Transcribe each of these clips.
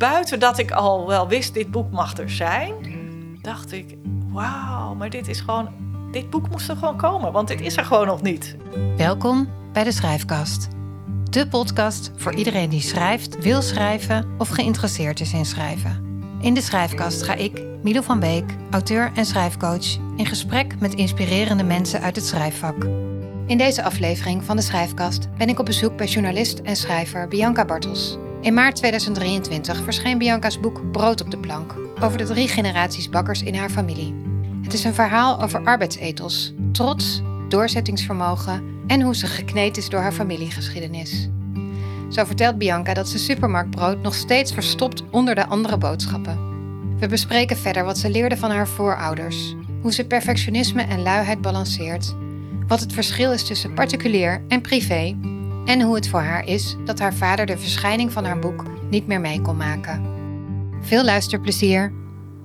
buiten dat ik al wel wist, dit boek mag er zijn, dacht ik, wauw, maar dit boek moest er gewoon komen, want dit is er gewoon nog niet. Welkom bij De Schrijfkast. De podcast voor iedereen die schrijft, wil schrijven of geïnteresseerd is in schrijven. In De Schrijfkast ga ik, Milo van Beek, auteur en schrijfcoach, in gesprek met inspirerende mensen uit het schrijfvak. In deze aflevering van De Schrijfkast ben ik op bezoek bij journalist en schrijver Bianca Bartels. In maart 2023 verscheen Bianca's boek Brood op de plank, over de 3 generaties bakkers in haar familie. Het is een verhaal over arbeidsethos, trots, doorzettingsvermogen en hoe ze gekneed is door haar familiegeschiedenis. Zo vertelt Bianca dat ze supermarktbrood nog steeds verstopt onder de andere boodschappen. We bespreken verder wat ze leerde van haar voorouders, hoe ze perfectionisme en luiheid balanceert, wat het verschil is tussen particulier en privé en hoe het voor haar is dat haar vader de verschijning van haar boek niet meer mee kon maken. Veel luisterplezier.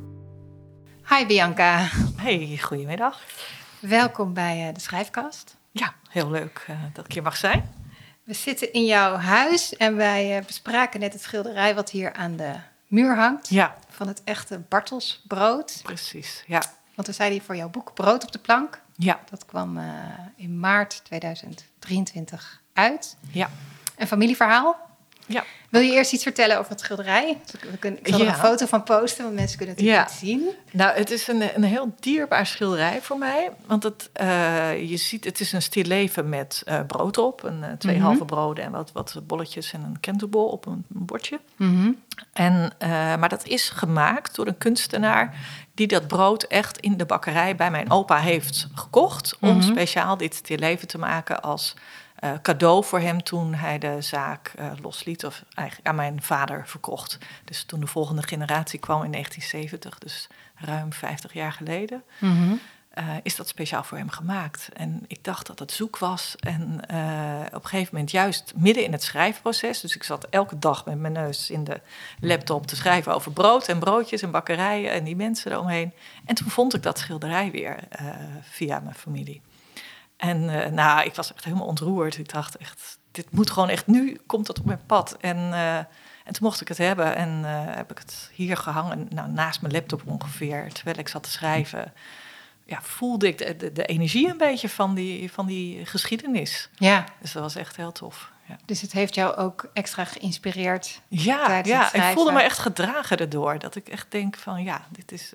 Hi Bianca. Hey, goedemiddag. Welkom bij De Schrijfkast. Ja, heel leuk dat ik hier mag zijn. We zitten in jouw huis en wij bespraken net het schilderij wat hier aan de muur hangt. Ja. Van het echte Bartelsbrood. Precies, ja. Want we zeiden hier voor jouw boek Brood op de plank. Ja. Dat kwam in maart 2023 uit. Ja. Een familieverhaal. Ja. Wil je eerst iets vertellen over het schilderij? Ik zal er een foto van posten, want mensen kunnen het natuurlijk niet zien. Nou, het is een heel dierbaar schilderij voor mij. Want je ziet, het is een stilleven met brood op. 2 halve broden en wat bolletjes en een krentenbol op een bordje. Mm-hmm. Maar dat is gemaakt door een kunstenaar die dat brood echt in de bakkerij bij mijn opa heeft gekocht. Om speciaal dit stilleven te maken als cadeau voor hem toen hij de zaak losliet of eigenlijk aan mijn vader verkocht. Dus toen de volgende generatie kwam in 1970, dus ruim 50 jaar geleden, is dat speciaal voor hem gemaakt. En ik dacht dat het zoek was. En op een gegeven moment juist midden in het schrijfproces, dus ik zat elke dag met mijn neus in de laptop te schrijven over brood en broodjes en bakkerijen en die mensen eromheen. En toen vond ik dat schilderij weer via mijn familie. En ik was echt helemaal ontroerd. Ik dacht echt, dit moet gewoon echt, nu komt het op mijn pad. En toen mocht ik het hebben en heb ik het hier gehangen, naast mijn laptop ongeveer, terwijl ik zat te schrijven. Ja, voelde ik de energie een beetje van die geschiedenis. Ja. Dus dat was echt heel tof. Ja. Dus het heeft jou ook extra geïnspireerd? Ja, ik voelde me echt gedragen erdoor. Dat ik echt denk van, dit is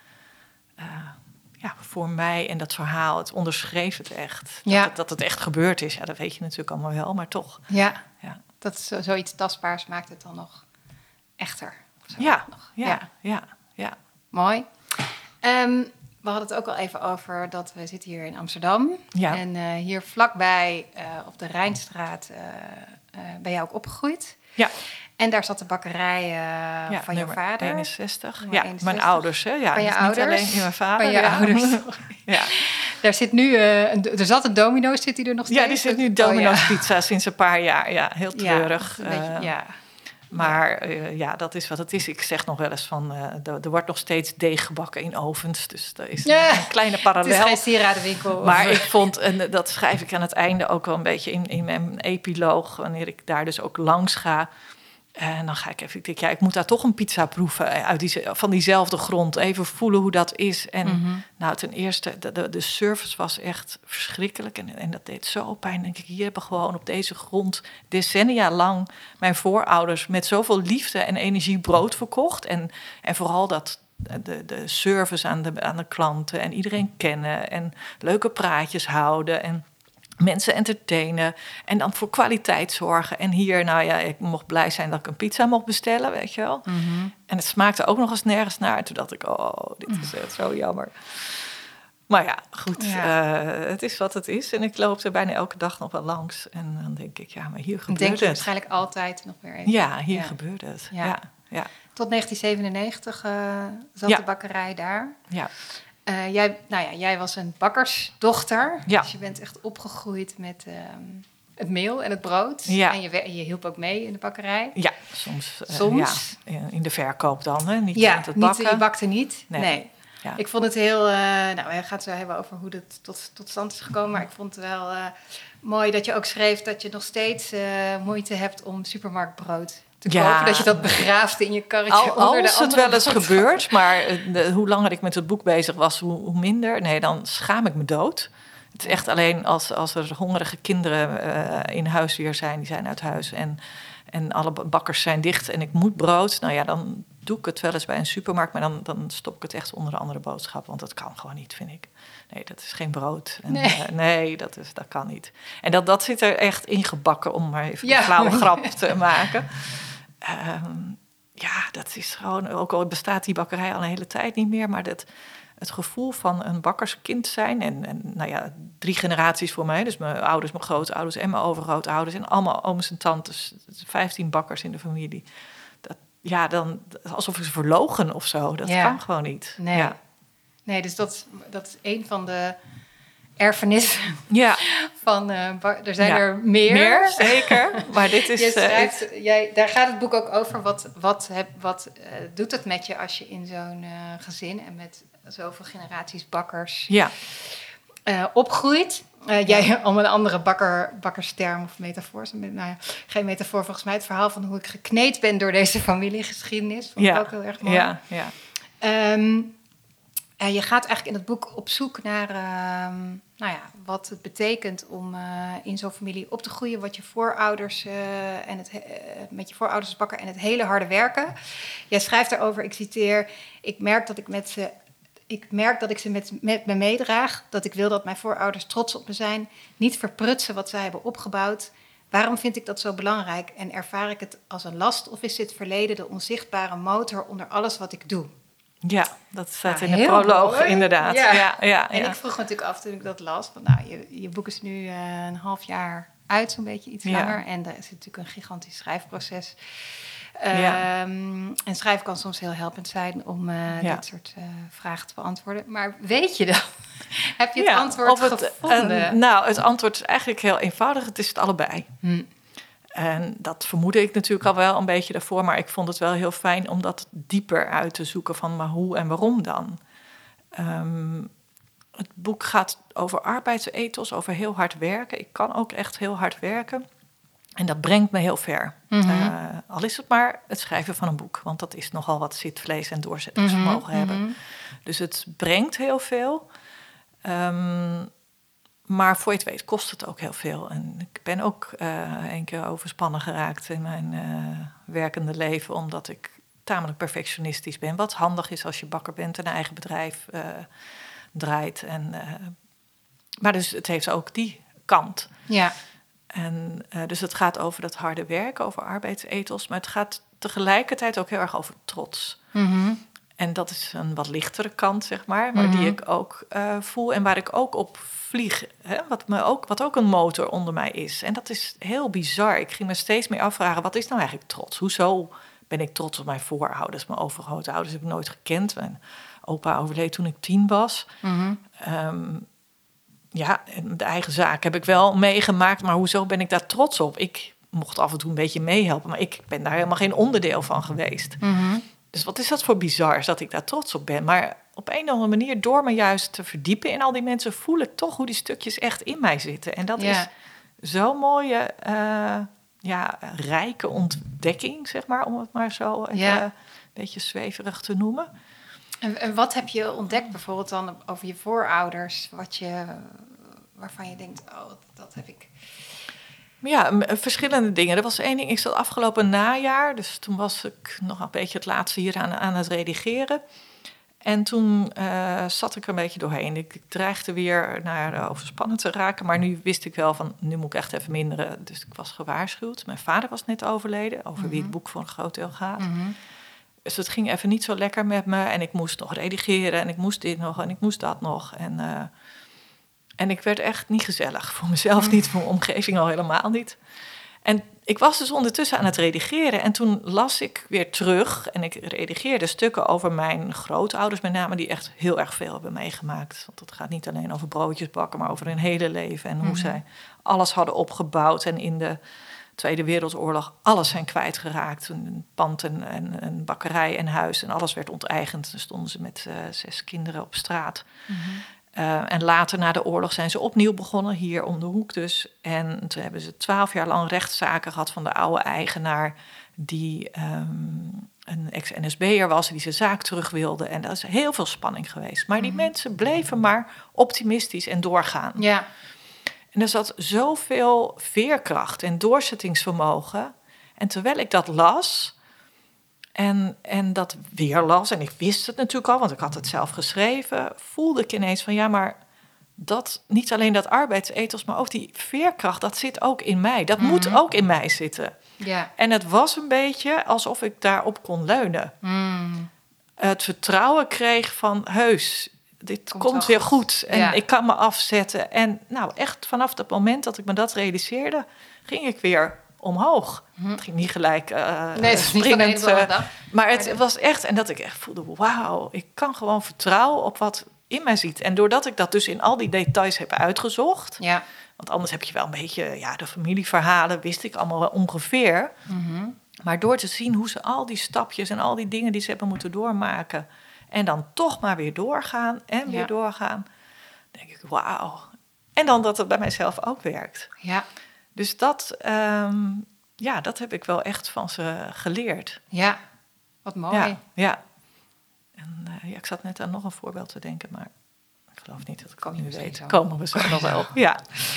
voor mij en dat verhaal, het onderschreef het echt. Dat het echt gebeurd is, dat weet je natuurlijk allemaal wel, maar toch. Ja. Dat zoiets tastbaars maakt het dan nog echter. Ja. Mooi. We hadden het ook al even over dat we zitten hier in Amsterdam. Ja. En hier vlakbij op de Rijnstraat ben jij ook opgegroeid. Ja. En daar zat de bakkerij van jouw vader. 61. Ja, 61. Mijn ouders. Hè? Ja, van je dus ouders. Niet alleen mijn vader. Van je ouders. Ja. Daar zit nu, er zat een Domino's, zit hij er nog steeds? Ja, die zit nu Domino's Pizza sinds een paar jaar. Ja, heel treurig. Maar dat is wat het is. Ik zeg nog wel eens van, er wordt nog steeds deeg gebakken in ovens. Dus dat is een kleine parallel. Het is geen sieradenwinkel. Maar ik vond, en dat schrijf ik aan het einde ook wel een beetje in mijn epiloog, wanneer ik daar dus ook langs ga. En dan ga ik even, ik denk, ik moet daar toch een pizza proeven van diezelfde grond. Even voelen hoe dat is. En ten eerste, de service was echt verschrikkelijk. En dat deed zo pijn. Denk ik, hier hebben gewoon op deze grond decennia lang mijn voorouders met zoveel liefde en energie brood verkocht. En vooral de service aan de klanten en iedereen kennen en leuke praatjes houden en mensen entertainen en dan voor kwaliteit zorgen. En hier, ik mocht blij zijn dat ik een pizza mocht bestellen, weet je wel. Mm-hmm. En het smaakte ook nog eens nergens naar. Toen dacht ik, dit is echt zo jammer. Maar ja, goed, het is wat het is. En ik loop er bijna elke dag nog wel langs. En dan denk ik, maar hier gebeurt het. Denk je waarschijnlijk altijd nog weer even. Ja, hier gebeurt het. Ja. Tot 1997 zat de bakkerij daar. Ja. Jij was een bakkersdochter. Ja. Dus je bent echt opgegroeid met het meel en het brood. Ja. En je hielp ook mee in de bakkerij. Ja, soms. In de verkoop dan, hè? Niet met het bakken. Je bakte niet. Nee. Ja. Ik vond het heel... we gaan het zo hebben over hoe het tot stand is gekomen. Maar ik vond het wel mooi dat je ook schreef dat je nog steeds moeite hebt om supermarktbrood te kopen, dat je dat begraaft in je karretje onder de als het wel eens boodschap. gebeurt, maar hoe langer ik met het boek bezig was, hoe minder. Nee, dan schaam ik me dood. Het is echt alleen als er hongerige kinderen in huis weer zijn, die zijn uit huis en alle bakkers zijn dicht en ik moet brood. Nou ja, dan doe ik het wel eens bij een supermarkt, maar dan stop ik het echt onder de andere boodschap, want dat kan gewoon niet, vind ik. Nee, dat is geen brood. En, nee, dat kan niet. En dat zit er echt ingebakken, om maar even een flauwe grap te maken. Dat is gewoon, ook al bestaat die bakkerij al een hele tijd niet meer, maar het gevoel van een bakkerskind zijn en 3 generaties voor mij, dus mijn ouders, mijn grootouders en mijn overgrootouders en allemaal ooms en tantes, 15 bakkers in de familie. Dan alsof ik ze verlogen of zo. Dat kan gewoon niet. Nee. Ja. Nee, dus dat is een van de erfenissen van... er zijn er meer. Zeker. Maar dit is... daar gaat het boek ook over. Wat doet het met je als je in zo'n gezin en met zoveel generaties bakkers opgroeit? Jij om een andere bakkersterm of metafoor. Geen metafoor volgens mij. Het verhaal van hoe ik gekneed ben door deze familiegeschiedenis. Vond ik ook heel erg mooi. Je gaat eigenlijk in het boek op zoek naar wat het betekent om in zo'n familie op te groeien. Wat je voorouders met je voorouders bakker en het hele harde werken. Jij schrijft daarover, ik citeer: Ik merk dat ik ze met me meedraag. Dat ik wil dat mijn voorouders trots op me zijn. Niet verprutsen wat zij hebben opgebouwd. Waarom vind ik dat zo belangrijk? En ervaar ik het als een last? Of is dit verleden de onzichtbare motor onder alles wat ik doe? Ja, dat staat in de proloog, mooi. Inderdaad. Ja. En ik vroeg me natuurlijk af toen ik dat las. Want je boek is nu een half jaar uit, zo'n beetje iets langer. En er is natuurlijk een gigantisch schrijfproces. En schrijven kan soms heel helpend zijn om dit soort vragen te beantwoorden. Maar weet je dan? Heb je het antwoord gevonden? Het antwoord is eigenlijk heel eenvoudig. Het is het allebei. En dat vermoedde ik natuurlijk al wel een beetje daarvoor, maar ik vond het wel heel fijn om dat dieper uit te zoeken van maar hoe en waarom dan. Het boek gaat over arbeidsethos, over heel hard werken. Ik kan ook echt heel hard werken en dat brengt me heel ver. Al is het maar het schrijven van een boek, want dat is nogal wat zitvlees en doorzettingsvermogen hebben. Dus het brengt heel veel. Maar voor je het weet kost het ook heel veel. En ik ben ook 1 keer overspannen geraakt in mijn werkende leven, omdat ik tamelijk perfectionistisch ben. Wat handig is als je bakker bent en een eigen bedrijf draait. Maar dus het heeft ook die kant. Ja. En dus het gaat over dat harde werken, over arbeidsethos. Maar het gaat tegelijkertijd ook heel erg over trots. En dat is een wat lichtere kant, zeg maar die ik ook voel en waar ik ook op vlieg. Hè? Wat ook een motor onder mij is. En dat is heel bizar. Ik ging me steeds meer afvragen, wat is nou eigenlijk trots? Hoezo ben ik trots op mijn voorouders? Mijn overgrootouders heb ik nooit gekend. Mijn opa overleed toen ik 10 was. En de eigen zaak heb ik wel meegemaakt. Maar hoezo ben ik daar trots op? Ik mocht af en toe een beetje meehelpen, maar ik ben daar helemaal geen onderdeel van geweest. Dus wat is dat voor bizar, dat ik daar trots op ben? Maar op een of andere manier, door me juist te verdiepen in al die mensen, voel ik toch hoe die stukjes echt in mij zitten. En dat is zo'n mooie, rijke ontdekking, zeg maar, om het maar zo een beetje zweverig te noemen. En wat heb je ontdekt bijvoorbeeld dan over je voorouders, waarvan je denkt, dat heb ik... Ja, verschillende dingen. Er was 1 ding, ik zat afgelopen najaar, dus toen was ik nog een beetje het laatste hier aan het redigeren. En toen zat ik er een beetje doorheen. Ik dreigde weer naar overspannen te raken, maar nu wist ik wel van, nu moet ik echt even minderen. Dus ik was gewaarschuwd. Mijn vader was net overleden, over wie het boek voor een groot deel gaat. Dus het ging even niet zo lekker met me en ik moest nog redigeren en ik moest dit nog en ik moest dat nog. En ik werd echt niet gezellig. Voor mezelf niet, voor mijn omgeving al helemaal niet. En ik was dus ondertussen aan het redigeren. En toen las ik weer terug. En ik redigeerde stukken over mijn grootouders met name, die echt heel erg veel hebben meegemaakt. Want het gaat niet alleen over broodjes bakken, maar over hun hele leven. En hoe zij alles hadden opgebouwd. En in de Tweede Wereldoorlog alles zijn kwijtgeraakt. Een pand en een bakkerij en huis. En alles werd onteigend. Dan stonden ze met 6 kinderen op straat. En later na de oorlog zijn ze opnieuw begonnen, hier om de hoek dus. En toen hebben ze 12 jaar lang rechtszaken gehad van de oude eigenaar... die een ex-NSB'er was, die zijn zaak terug wilde. En dat is heel veel spanning geweest. Maar die mensen bleven maar optimistisch en doorgaan. Ja. En er zat zoveel veerkracht en doorzettingsvermogen. En terwijl ik dat las... En dat weer las, en ik wist het natuurlijk al, want ik had het zelf geschreven... voelde ik ineens van, ja, maar dat, niet alleen dat arbeidsethos... maar ook die veerkracht, dat zit ook in mij. Dat moet ook in mij zitten. Ja. En het was een beetje alsof ik daarop kon leunen. Het vertrouwen kreeg van, heus, dit komt weer goed. En ik kan me afzetten. En nou, echt vanaf het moment dat ik me dat realiseerde... ging ik weer omhoog. Het ging niet gelijk springend. Maar het was echt... En dat ik echt voelde, wauw, ik kan gewoon vertrouwen op wat in mij zit. En doordat ik dat dus in al die details heb uitgezocht... Ja. Want anders heb je wel een beetje... de familieverhalen wist ik allemaal wel ongeveer. Maar door te zien hoe ze al die stapjes... en al die dingen die ze hebben moeten doormaken... en dan toch maar weer doorgaan en weer doorgaan... denk ik, wauw. En dan dat het bij mijzelf ook werkt. Ja. Dus dat heb ik wel echt van ze geleerd. Ja, wat mooi. Ja. En ik zat net aan nog een voorbeeld te denken, maar ik geloof niet dat ik het nu weet. Komen we zo nog wel. Ja.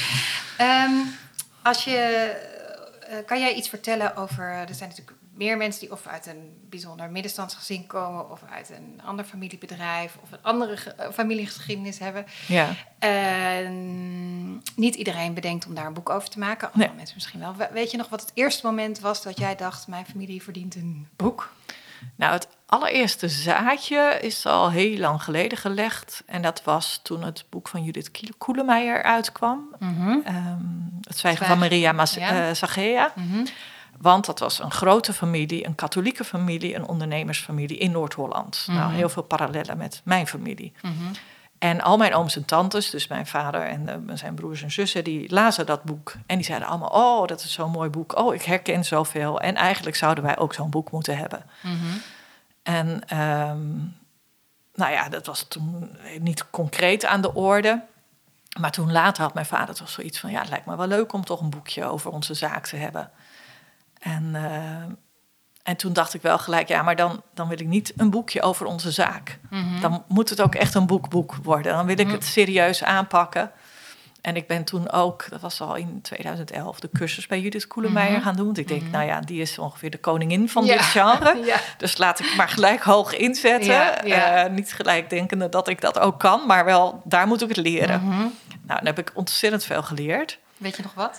Kan jij iets vertellen over... Er zijn natuurlijk meer mensen die of uit een bijzonder middenstandsgezin komen... of uit een ander familiebedrijf... of een andere familiegeschiedenis hebben. Ja. Niet iedereen bedenkt om daar een boek over te maken. Andere mensen misschien wel. Weet je nog wat het eerste moment was dat jij dacht... mijn familie verdient een boek? Nou, het allereerste zaadje is al heel lang geleden gelegd. En dat was toen het boek van Judith Koelemeijer uitkwam. Het Zwijgen van Maria Zagea. Want dat was een grote familie, een katholieke familie... een ondernemersfamilie in Noord-Holland. Nou, heel veel parallellen met mijn familie. En al mijn ooms en tantes, dus mijn vader en zijn broers en zussen... die lazen dat boek en die zeiden allemaal... oh, dat is zo'n mooi boek, oh, ik herken zoveel. En eigenlijk zouden wij ook zo'n boek moeten hebben. En dat was toen niet concreet aan de orde... Maar toen later had mijn vader toch zoiets van... ja, het lijkt me wel leuk om toch een boekje over onze zaak te hebben. En toen dacht ik wel gelijk... ja, maar dan wil ik niet een boekje over onze zaak. Dan moet het ook echt een boek worden. Dan wil ik het serieus aanpakken. En ik ben toen ook, dat was al in 2011... de cursus bij Judith Koelemeijer gaan doen. Want ik denk, nou ja, die is ongeveer de koningin van dit genre. Ja. Dus laat ik maar gelijk hoog inzetten. Niet gelijk denkende dat ik dat ook kan... maar wel, daar moet ik het leren. Nou, dan heb ik ontzettend veel geleerd. Weet je nog wat?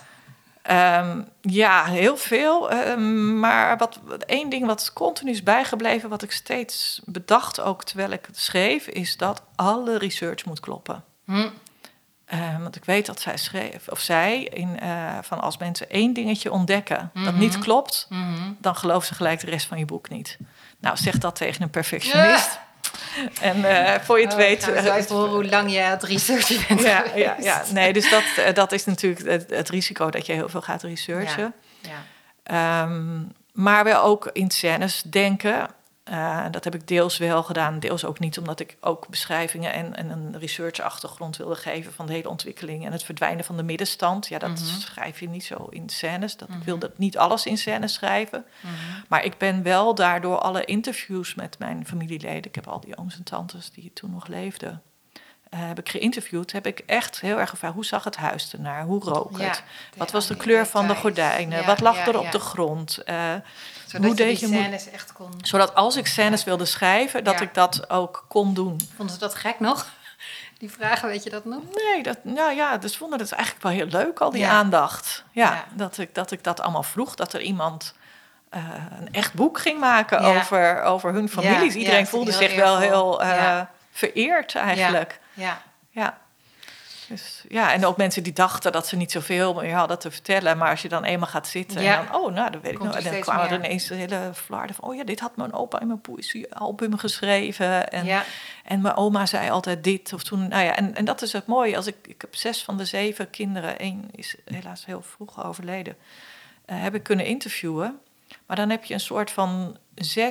Heel veel. Maar één ding wat continu is bijgebleven... wat ik steeds bedacht ook terwijl ik het schreef... is dat alle research moet kloppen. Want ik weet dat zij schreef, of van als mensen één dingetje ontdekken... dat niet klopt, dan geloven ze gelijk de rest van je boek niet. Nou, zeg dat tegen een perfectionist... En voor je het weet... Ik ga even horen hoe lang je het researchen bent geweest. Ja. Nee, dus dat is natuurlijk het risico dat je heel veel gaat researchen. Ja. Maar wel ook in scènes denken. Dat heb ik deels wel gedaan, deels ook niet... omdat ik ook beschrijvingen en een research-achtergrond wilde geven... van de hele ontwikkeling en het verdwijnen van de middenstand. Ja, dat schrijf je niet zo in scènes. Ik wilde niet alles in scènes schrijven. Maar ik ben wel daardoor alle interviews met mijn familieleden... ik heb al die ooms en tantes die toen nog leefden... heb ik geïnterviewd, heb ik echt heel erg gevraagd... hoe zag het huis ernaar, hoe rook het? Wat was de kleur van de gordijnen? Wat lag er op de grond? Zodat hoe je die scènes echt kon... Zodat als ik scènes wilde schrijven, dat ik dat ook kon doen. Vonden ze dat gek nog? Die vragen, weet je dat nog? Nee, dus vonden het eigenlijk wel heel leuk, al die aandacht. Ja. Dat ik dat allemaal vroeg, dat er iemand... een echt boek ging maken over hun families. Iedereen voelde zich wel heel vereerd eigenlijk. Ja. Dus, en ook mensen die dachten dat ze niet zoveel meer hadden te vertellen. Maar als je dan eenmaal gaat zitten en dan... dat weet ik nog. En dan kwamen er ineens de hele flarden van... dit had mijn opa in mijn poëziealbum geschreven. En mijn oma zei altijd dit. Of toen, en dat is het mooie. Ik heb 6 van de 7 kinderen... 1 is helaas heel vroeg overleden... heb ik kunnen interviewen. Maar dan heb je een soort van 6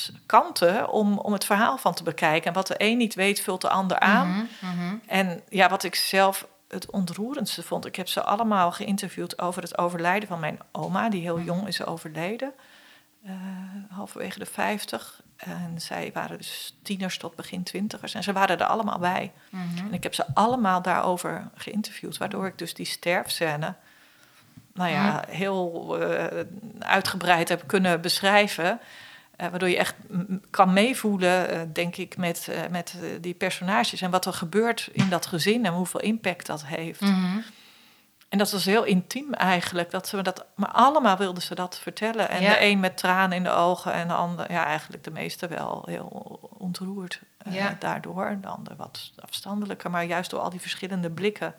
kanten om het verhaal van te bekijken. En wat de een niet weet, vult de ander aan. En ja, wat ik zelf het ontroerendste vond... ik heb ze allemaal geïnterviewd over het overlijden van mijn oma... die heel jong is overleden, halverwege de 50. En zij waren dus tieners tot begin 20ers. En ze waren er allemaal bij. En ik heb ze allemaal daarover geïnterviewd... waardoor ik dus die sterfscène... heel uitgebreid heb kunnen beschrijven... waardoor je echt kan meevoelen, denk ik, met die personages... en wat er gebeurt in dat gezin en hoeveel impact dat heeft. En dat was heel intiem eigenlijk. Maar allemaal wilden ze dat vertellen. En de een met tranen in de ogen en de ander... ja, eigenlijk de meeste wel heel ontroerd daardoor. De ander wat afstandelijker, maar juist door al die verschillende blikken...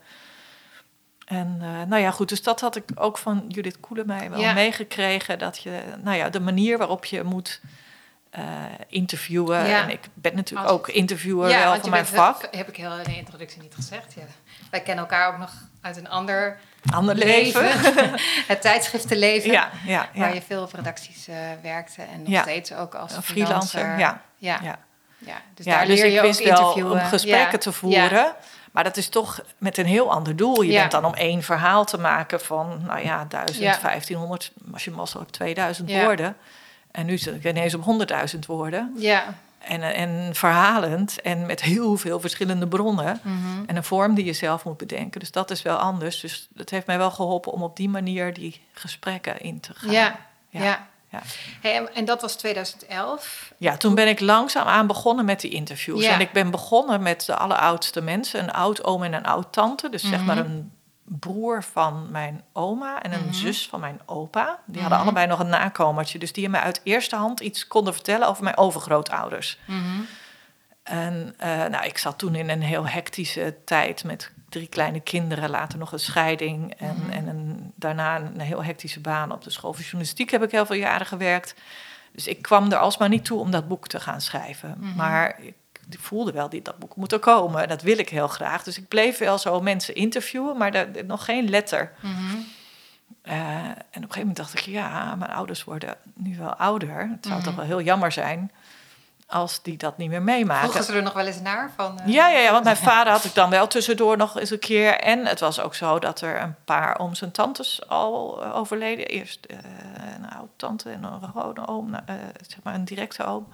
En goed, dus dat had ik ook van Judith Koelemeijer wel meegekregen. Dat je, de manier waarop je moet interviewen. Ja. En ik ben natuurlijk ook interviewer wel van mijn vak. Heb ik heel in de introductie niet gezegd. Ja. Wij kennen elkaar ook nog uit een ander leven. Het tijdschriftenleven. Ja. Waar je veel op redacties werkte. En nog steeds ook als freelancer. Dus daar leer je ook interviewen. Om gesprekken te voeren. Ja. Maar dat is toch met een heel ander doel. Je bent dan om één verhaal te maken van 1500, als je mazzel hebt, 2000 woorden. En nu zit ik ineens op 100.000 woorden. Ja. En verhalend en met heel veel verschillende bronnen. En een vorm die je zelf moet bedenken. Dus dat is wel anders. Dus dat heeft mij wel geholpen om op die manier die gesprekken in te gaan. Ja. Hey, en dat was 2011? Ja, toen ben ik langzaamaan begonnen met die interviews. Ja. En ik ben begonnen met de alleroudste mensen. Een oud-oom en een oud-tante. Dus zeg maar een broer van mijn oma en een zus van mijn opa. Die hadden allebei nog een nakomertje. Dus die me uit eerste hand iets konden vertellen over mijn overgrootouders. En ik zat toen in een heel hectische tijd met 3 kleine kinderen, later nog een scheiding en daarna een heel hectische baan op de school voor journalistiek heb ik heel veel jaren gewerkt. Dus ik kwam er alsmaar niet toe om dat boek te gaan schrijven. Maar ik voelde wel dat boek moet er komen. Dat wil ik heel graag. Dus ik bleef wel zo mensen interviewen, maar nog geen letter. En op een gegeven moment dacht ik, mijn ouders worden nu wel ouder. Het zou toch wel heel jammer zijn als die dat niet meer meemaken. Vroegen ze er nog wel eens naar? Ja, want mijn vader had ik dan wel tussendoor nog eens een keer. En het was ook zo dat er een paar ooms en tantes al overleden. Eerst een oud-tante en een gewone oom, zeg maar een directe oom.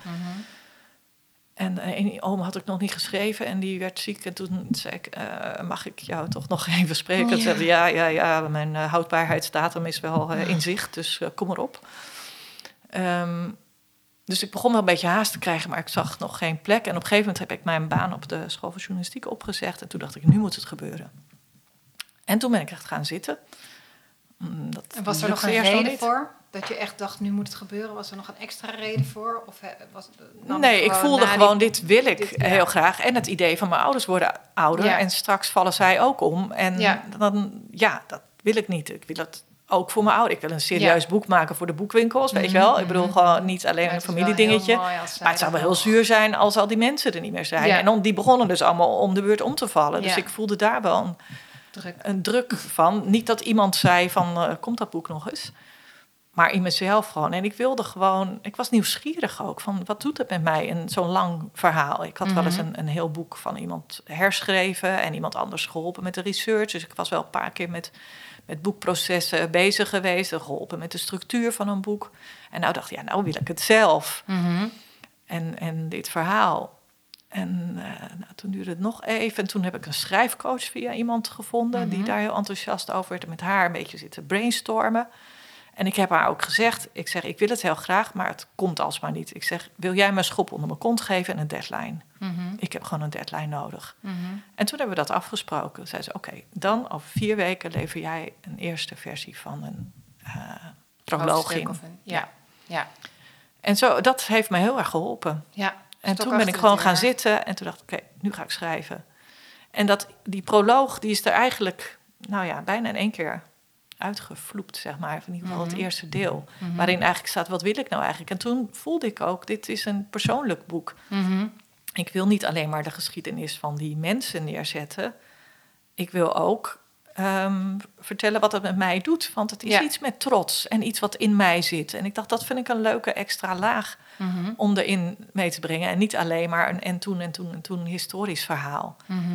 En een oom had ik nog niet geschreven en die werd ziek. En toen zei ik, mag ik jou toch nog even spreken? Toen zei ja, mijn houdbaarheidsdatum is wel in zicht, dus kom erop. Dus ik begon wel een beetje haast te krijgen, maar ik zag nog geen plek. En op een gegeven moment heb ik mijn baan op de school voor journalistiek opgezegd. En toen dacht ik, nu moet het gebeuren. En toen ben ik echt gaan zitten. En was er nog een reden voor? Dat je echt dacht, nu moet het gebeuren? Was er nog een extra reden voor? Of nee, ik voelde gewoon, dit wil ik heel graag. En het idee van mijn ouders worden ouder. Ja. En straks vallen zij ook om. En dan, dat wil ik niet. Ik wil dat ook voor mijn ouders. Ik wil een serieus boek maken voor de boekwinkels, weet je wel. Ik bedoel gewoon niet alleen een familiedingetje. Maar het zou wel heel zuur zijn als al die mensen er niet meer zijn. Ja. En die begonnen dus allemaal om de beurt om te vallen. Dus ik voelde daar wel een druk van. Niet dat iemand zei van, komt dat boek nog eens? Maar in mezelf gewoon. En ik wilde gewoon, ik was nieuwsgierig ook van, wat doet het met mij? Zo'n lang verhaal. Ik had wel eens een heel boek van iemand herschreven en iemand anders geholpen met de research. Dus ik was wel een paar keer met boekprocessen bezig geweest, geholpen met de structuur van een boek. En nou dacht ik, nou wil ik het zelf. En dit verhaal. En toen duurde het nog even. En toen heb ik een schrijfcoach via iemand gevonden die daar heel enthousiast over werd. En met haar een beetje zitten brainstormen. En ik heb haar ook gezegd, ik wil het heel graag, maar het komt alsmaar niet. Ik zeg, wil jij me een schop onder mijn kont geven en een deadline? Ik heb gewoon een deadline nodig. En toen hebben we dat afgesproken. Zei ze, oké, dan over 4 weken lever jij een eerste versie van een proloog in. Ja. En zo, dat heeft me heel erg geholpen. Ja, en toen ben ik gewoon gaan zitten en toen dacht ik, oké, nu ga ik schrijven. En die proloog, die is er eigenlijk, bijna in 1 keer uitgevloept, zeg maar. In ieder geval het eerste deel. Waarin eigenlijk staat, wat wil ik nou eigenlijk? En toen voelde ik ook, dit is een persoonlijk boek. Ik wil niet alleen maar de geschiedenis van die mensen neerzetten. Ik wil ook vertellen wat het met mij doet. Want het is iets met trots en iets wat in mij zit. En ik dacht, dat vind ik een leuke extra laag om erin mee te brengen. En niet alleen maar een en toen historisch verhaal.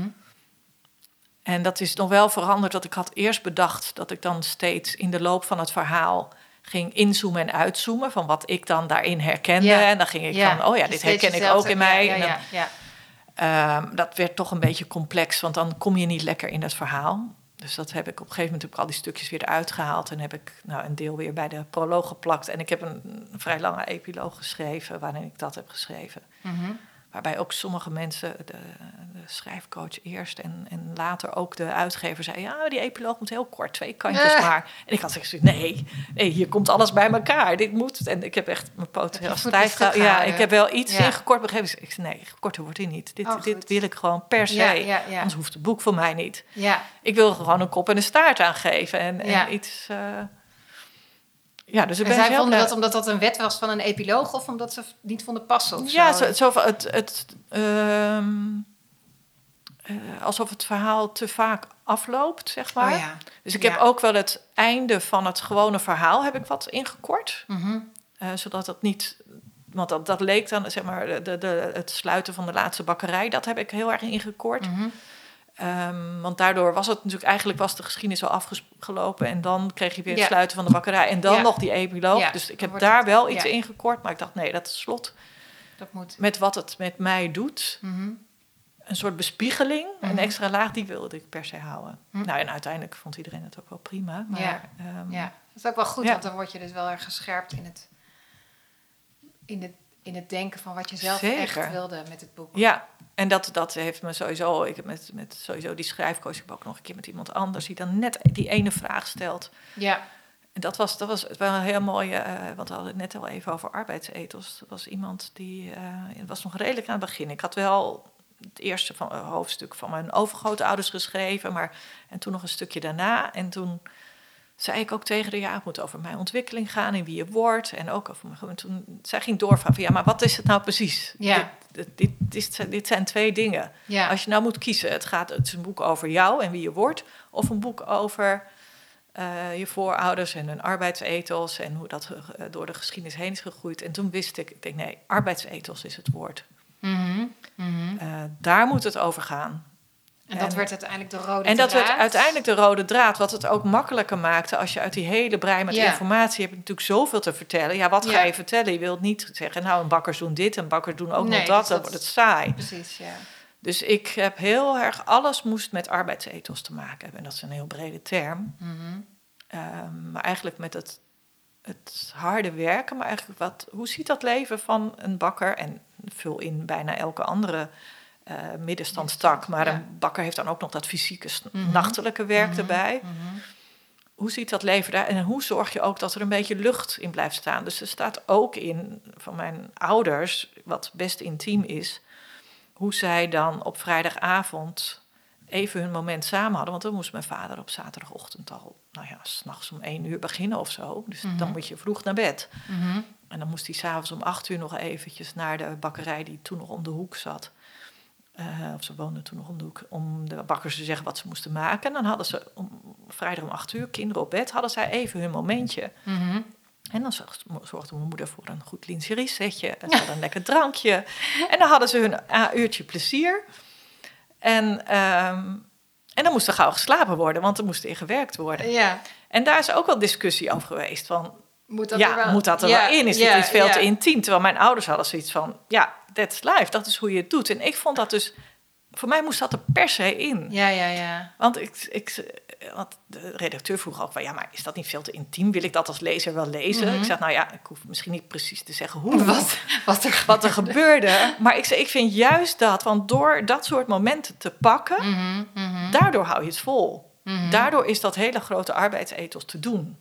En dat is nog wel veranderd. Dat ik had eerst bedacht dat ik dan steeds in de loop van het verhaal ging inzoomen en uitzoomen van wat ik dan daarin herkende. En dan ging ik van, dit dus herken ik ook in mij. Ja. Dat werd toch een beetje complex, want dan kom je niet lekker in het verhaal. Dus dat heb ik op een gegeven moment al die stukjes weer eruit gehaald. En heb ik een deel weer bij de proloog geplakt. En ik heb een vrij lange epiloog geschreven waarin ik dat heb geschreven. Waarbij ook sommige mensen, de schrijfcoach eerst en later ook de uitgever zei, ja, die epiloog moet heel kort, 2 kantjes maar. En ik had gezegd, nee, hier komt alles bij elkaar. Dit moet. En ik heb echt mijn poot heel stijf gehouden. Ja, ik heb wel iets ingekort begrepen. Ik zei, nee, korter wordt hij niet. Dit wil ik gewoon per se. Anders hoeft het boek voor mij niet. Ja. Ik wil gewoon een kop en een staart aangeven. En iets... dus en zij vonden dat omdat dat een wet was van een epiloog of omdat ze niet vonden passen? Of alsof het verhaal te vaak afloopt, zeg maar. Dus ik heb ook wel het einde van het gewone verhaal heb ik wat ingekort. Zodat het niet... Want dat leek dan, zeg maar, het sluiten van de laatste bakkerij. Dat heb ik heel erg ingekort. Want daardoor was het natuurlijk... Eigenlijk was de geschiedenis al afgelopen... en dan kreeg je weer het sluiten van de bakkerij... en dan nog die epiloog. Ja, dus ik heb daar wel iets ingekort... maar ik dacht, nee, dat is slot. Dat moet. Met wat het met mij doet... een soort bespiegeling, een extra laag... die wilde ik per se houden. Nou, en uiteindelijk vond iedereen het ook wel prima. Maar, dat is ook wel goed... want dan word je dus wel erg gescherpt in het denken... van wat je zelf echt wilde met het boek. Ja, en dat heeft me sowieso... Ik heb met sowieso die schrijfcoach... ik heb ook nog een keer met iemand anders... die dan net die ene vraag stelt. Ja. En dat was wel een heel mooie... want we hadden het net al even over arbeidsethos. Er was iemand die... het was nog redelijk aan het begin. Ik had wel het eerste hoofdstuk van mijn overgrootouders geschreven... en toen nog een stukje daarna. En toen zei ik ook tegen haar... het moet over mijn ontwikkeling gaan... en wie je wordt. En ook over mijn... Toen zij ging doorvragen van... ja, maar wat is het nou precies? Ja. Dit zijn 2 dingen. Ja. Als je nou moet kiezen... het is een boek over jou en wie je wordt... of een boek over je voorouders en hun arbeidsethos... en hoe dat door de geschiedenis heen is gegroeid. En toen wist ik denk nee, arbeidsethos is het woord. Daar moet het over gaan. En dat werd uiteindelijk de rode draad? En dat werd uiteindelijk de rode draad... wat het ook makkelijker maakte... als je uit die hele brei met informatie... hebt natuurlijk zoveel te vertellen. Ja, wat ga je vertellen? Je wilt niet zeggen... nou, een bakkers doen dit en bakkers doen ook nog dat. Dan wordt het saai. Precies, ja. Dus ik heb heel erg... alles moest met arbeidsethos te maken hebben. En dat is een heel brede term. Maar eigenlijk met het harde werken... maar eigenlijk hoe ziet dat leven van een bakker... en vul in bijna elke andere... middenstandstak, maar een bakker heeft dan ook nog dat fysieke, nachtelijke werk erbij. Hoe ziet dat leven daar? En hoe zorg je ook dat er een beetje lucht in blijft staan? Dus er staat ook in van mijn ouders, wat best intiem is... hoe zij dan op vrijdagavond even hun moment samen hadden. Want dan moest mijn vader op zaterdagochtend al... 's nachts om 1 uur beginnen of zo. Dus dan moet je vroeg naar bed. En dan moest hij 's avonds om 8 uur nog eventjes... naar de bakkerij die toen nog om de hoek zat... of ze woonden toen nog om de hoek... om de bakkers te zeggen wat ze moesten maken. En dan hadden ze vrijdag om 8 uur, kinderen op bed... hadden zij even hun momentje. En dan zorgde mijn moeder voor een goed lingerie-setje... en ze hadden een lekker drankje. En dan hadden ze hun uurtje plezier. En dan moest er gauw geslapen worden... want er moest in gewerkt worden. Ja. En daar is ook wel discussie over geweest... van moet dat er wel in? Is dit iets veel te intiem? Terwijl mijn ouders hadden zoiets van... ja, that's life, dat is hoe je het doet. En ik vond dat dus... voor mij moest dat er per se in. Ja. Want de redacteur vroeg ook van... ja, maar is dat niet veel te intiem? Wil ik dat als lezer wel lezen? Ik zeg, nou ja, ik hoef misschien niet precies te zeggen hoe... wat er gebeurde. Maar ik vind juist dat... want door dat soort momenten te pakken... daardoor hou je het vol. Daardoor is dat hele grote arbeidsethos te doen.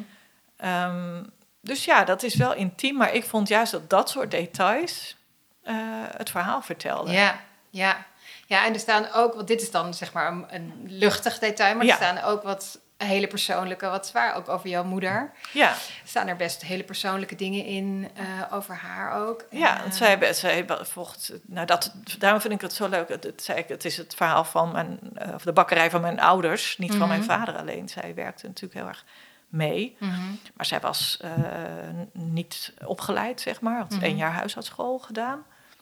Dus ja, dat is wel intiem, maar ik vond juist dat soort details het verhaal vertelden. Ja, en er staan ook, want dit is dan zeg maar een luchtig detail, maar er staan ook wat hele persoonlijke, wat zwaar ook over jouw moeder. Ja. Staan er best hele persoonlijke dingen in over haar ook. Ja, want zij volgt... daarom vind ik het zo leuk. Het is het verhaal van of de bakkerij van mijn ouders, niet van mijn vader alleen. Zij werkte natuurlijk heel erg mee. Maar zij was niet opgeleid, zeg maar. Had 1 jaar huishoudschool gedaan.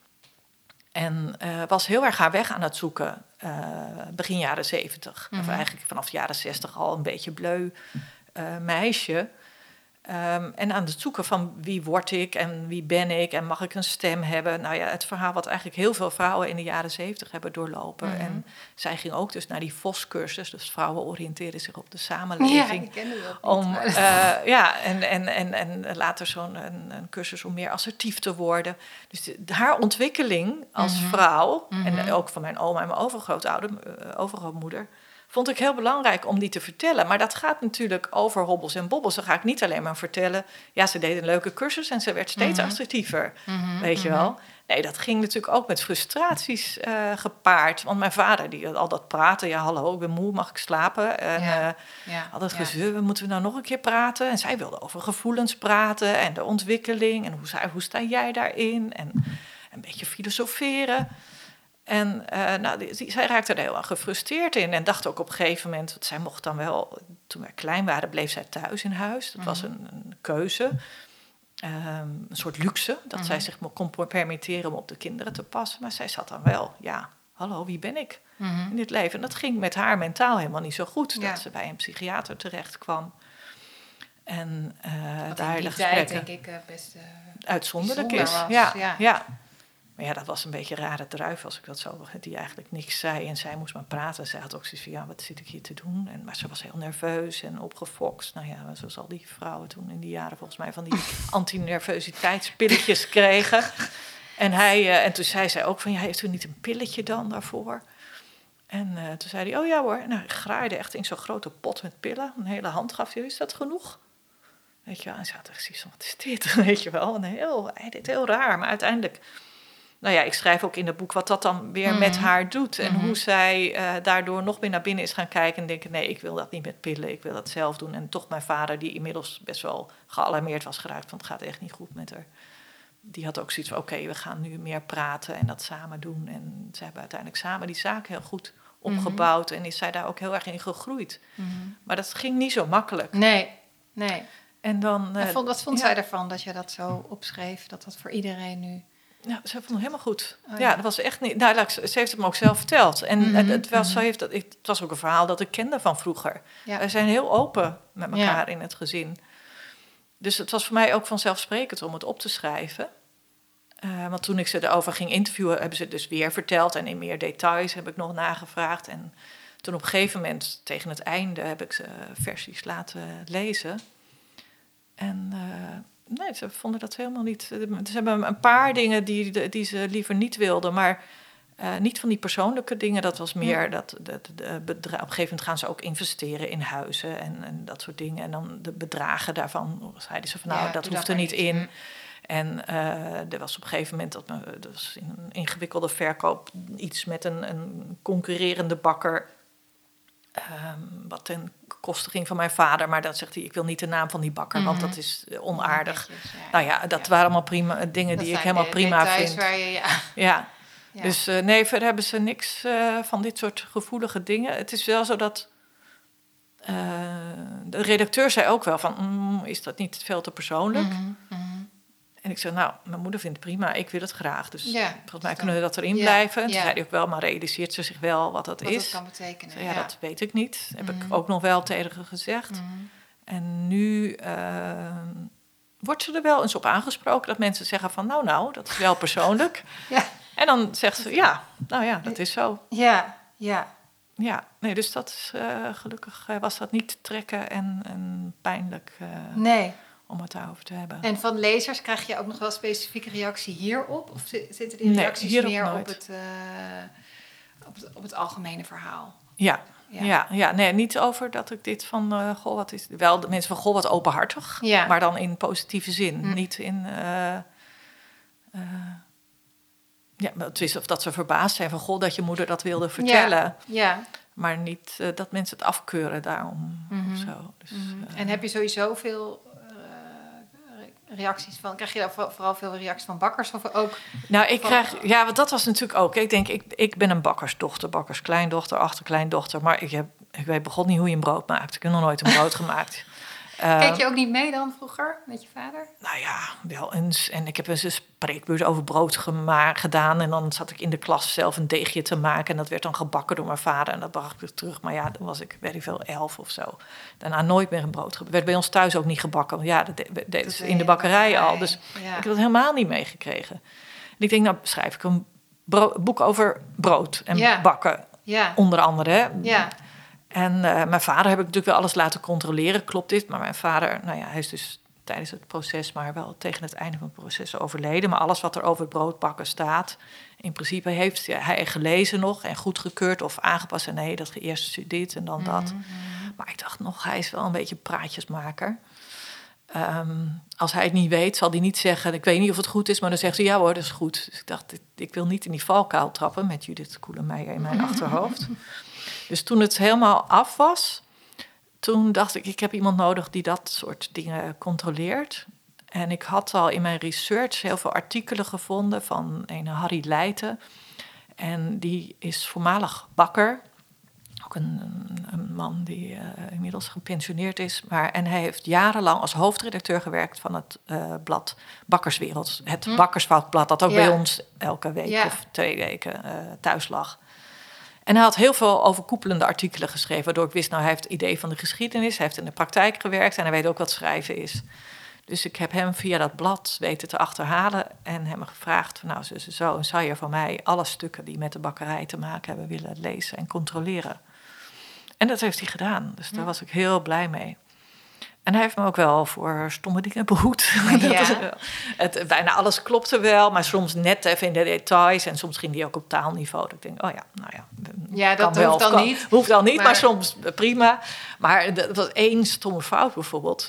En was heel erg haar weg aan het zoeken begin jaren 70. Of eigenlijk vanaf de jaren 60 al een beetje bleu meisje. En aan het zoeken van wie word ik en wie ben ik en mag ik een stem hebben. Nou ja, het verhaal wat eigenlijk heel veel vrouwen in de jaren 70 hebben doorlopen. En zij ging ook dus naar die VOS-cursus. Dus vrouwen oriënteren zich op de samenleving. Ja, ik kende dat niet. En later zo'n een cursus om meer assertief te worden. Dus haar ontwikkeling als vrouw, en ook van mijn oma en mijn overgrootmoeder, vond ik heel belangrijk om die te vertellen. Maar dat gaat natuurlijk over hobbels en bobbels. Dan ga ik niet alleen maar vertellen, ja, ze deed een leuke cursus en ze werd steeds assertiever, weet je wel. Nee, dat ging natuurlijk ook met frustraties gepaard. Want mijn vader, die had al dat praten, ja, hallo, ik ben moe, mag ik slapen? En had het gezeur, moeten we nou nog een keer praten? En zij wilde over gevoelens praten en de ontwikkeling. En hoe sta jij daarin? En een beetje filosoferen. En zij raakte er heel erg gefrustreerd in en dacht ook op een gegeven moment, want zij mocht dan wel, toen wij klein waren, bleef zij thuis in huis. Dat was een keuze, een soort luxe, dat zij zich kon permitteren om op de kinderen te passen. Maar zij zat dan wel, ja, hallo, wie ben ik in dit leven? En dat ging met haar mentaal helemaal niet zo goed, dat ze bij een psychiater terecht kwam. En daar de gesprekken, denk ik, best uitzonderlijk is. Ja. Maar ja, dat was een beetje een rare druif als ik dat zo, die eigenlijk niks zei. En zij moest maar praten. Zij had ook zoiets van, ja, wat zit ik hier te doen? Maar ze was heel nerveus en opgefokt. Nou ja, zoals al die vrouwen toen in die jaren volgens mij van die antinervositeitspilletjes kregen. En toen zei zij ook van, ja, heeft u niet een pilletje dan daarvoor? En toen zei hij, oh ja hoor. En hij graaide echt in zo'n grote pot met pillen. Een hele hand gaf hij, is dat genoeg? Weet je wel, en ze had echt zoiets van, wat is dit? Weet je wel, hij deed heel raar, maar uiteindelijk... Nou ja, ik schrijf ook in het boek wat dat dan weer met haar doet. En hoe zij daardoor nog meer naar binnen is gaan kijken en denken, nee, ik wil dat niet met pillen, ik wil dat zelf doen. En toch mijn vader, die inmiddels best wel gealarmeerd was geraakt, want het gaat echt niet goed met haar. Die had ook zoiets van, oké, we gaan nu meer praten en dat samen doen. En ze hebben uiteindelijk samen die zaak heel goed opgebouwd en is zij daar ook heel erg in gegroeid. Maar dat ging niet zo makkelijk. Nee. En dan... wat vond zij ervan dat je dat zo opschreef, dat dat voor iedereen nu... Ja, ze vond het helemaal goed. Ja, dat was echt niet... Nou, ze heeft het me ook zelf verteld. En het was ook een verhaal dat ik kende van vroeger. Ja. Wij zijn heel open met elkaar in het gezin. Dus het was voor mij ook vanzelfsprekend om het op te schrijven. Want toen ik ze erover ging interviewen, hebben ze het dus weer verteld. En in meer details heb ik nog nagevraagd. En toen op een gegeven moment, tegen het einde, heb ik ze versies laten lezen. En... Nee, ze vonden dat helemaal niet. Ze hebben een paar dingen die ze liever niet wilden, maar niet van die persoonlijke dingen. Dat was meer op een gegeven moment gaan ze ook investeren in huizen en dat soort dingen. En dan de bedragen daarvan zeiden ze van nou, dat hoeft er niet in. En er was op een gegeven moment, dat was in een ingewikkelde verkoop, iets met een concurrerende bakker. Wat ten koste ging van mijn vader. Maar dan zegt hij, ik wil niet de naam van die bakker, want dat is onaardig. Netjes, nou ja, dat waren allemaal prima dingen die ik helemaal prima vind. Waar je, ja. Dus nee, verder hebben ze niks van dit soort gevoelige dingen. Het is wel zo dat... de redacteur zei ook wel van, is dat niet veel te persoonlijk? En ik zei, nou, mijn moeder vindt het prima, ik wil het graag. Dus volgens mij kunnen we dat erin blijven. En toen zei hij ook wel, maar realiseert ze zich wel wat dat is? Wat dat kan betekenen. Zei, dat weet ik niet. Heb ik ook nog wel tegen haar gezegd. En nu wordt ze er wel eens op aangesproken dat mensen zeggen van, nou, dat is wel persoonlijk. En dan zegt ze, dat is zo. Ja, nee, dus dat is gelukkig was dat niet trekken en pijnlijk. Nee. Om het daarover te hebben. En van lezers krijg je ook nog wel specifieke reactie hierop? Of zitten die reacties meer op het algemene verhaal? Ja, nee, niet over dat ik dit van, wat is... Wel de mensen van, wat openhartig. Ja. Maar dan in positieve zin. Niet in... het is of dat ze verbaasd zijn van, dat je moeder dat wilde vertellen. Ja. Maar niet dat mensen het afkeuren daarom of zo. Dus, En heb je sowieso veel reacties van... Krijg je daar vooral veel reacties van bakkers of ook... Nou, ik krijg... Ja, want dat was natuurlijk ook... Ik denk, ik ben een bakkersdochter, bakkerskleindochter, achterkleindochter. Maar ik weet begon niet hoe je een brood maakt. Ik heb nog nooit een brood gemaakt. Keek je ook niet mee dan vroeger met je vader? Nou ja, wel eens. En ik heb eens een spreekbeurt over brood gedaan. En dan zat ik in de klas zelf een deegje te maken. En dat werd dan gebakken door mijn vader. En dat bracht ik terug. Maar ja, dan was ik, weet ik veel, 11 of zo. Daarna nooit meer een brood gebakken. Werd bij ons thuis ook niet gebakken. Want ja, dat deed ze in de bakkerij al. Dus ik heb dat helemaal niet meegekregen. En ik denk, nou schrijf ik een boek over brood en bakken. Ja. Onder andere, hè. Ja. En mijn vader heb ik natuurlijk wel alles laten controleren. Klopt dit? Maar mijn vader, nou ja, hij is dus tijdens het proces, maar wel tegen het einde van het proces overleden. Maar alles wat er over het broodbakken staat, in principe heeft hij gelezen nog en goedgekeurd of aangepast. En nee, dat eerst dit en dan dat. Maar ik dacht nog, hij is wel een beetje praatjesmaker. Als hij het niet weet, zal hij niet zeggen... ik weet niet of het goed is, maar dan zegt hij... ja hoor, dat is goed. Dus ik dacht, ik wil niet in die valkuil trappen... met Judith Koelemeijer in mijn achterhoofd. Dus toen het helemaal af was... toen dacht ik heb iemand nodig die dat soort dingen controleert. En ik had al in mijn research heel veel artikelen gevonden... van een Harry Leijten. En die is voormalig bakker... Ook een man die inmiddels gepensioneerd is. En hij heeft jarenlang als hoofdredacteur gewerkt van het blad Bakkerswereld. Het Bakkersvakblad dat ook bij ons elke week of 2 weken thuis lag. En hij had heel veel overkoepelende artikelen geschreven... waardoor ik wist, nou, hij heeft het idee van de geschiedenis... hij heeft in de praktijk gewerkt en hij weet ook wat schrijven is. Dus ik heb hem via dat blad weten te achterhalen... en hem gevraagd, van, nou, zo, zou je van mij... alle stukken die met de bakkerij te maken hebben... willen lezen en controleren. En dat heeft hij gedaan, dus daar was ik heel blij mee. En hij heeft me ook wel voor stomme dingen behoed. Ja. Bijna alles klopte wel, maar soms net even in de details... en soms ging hij ook op taalniveau. Dat ik denk, oh ja, nou ja... Ja, dat hoeft dan niet. Hoeft dan niet, maar soms prima. Maar er was 1 stomme fout bijvoorbeeld...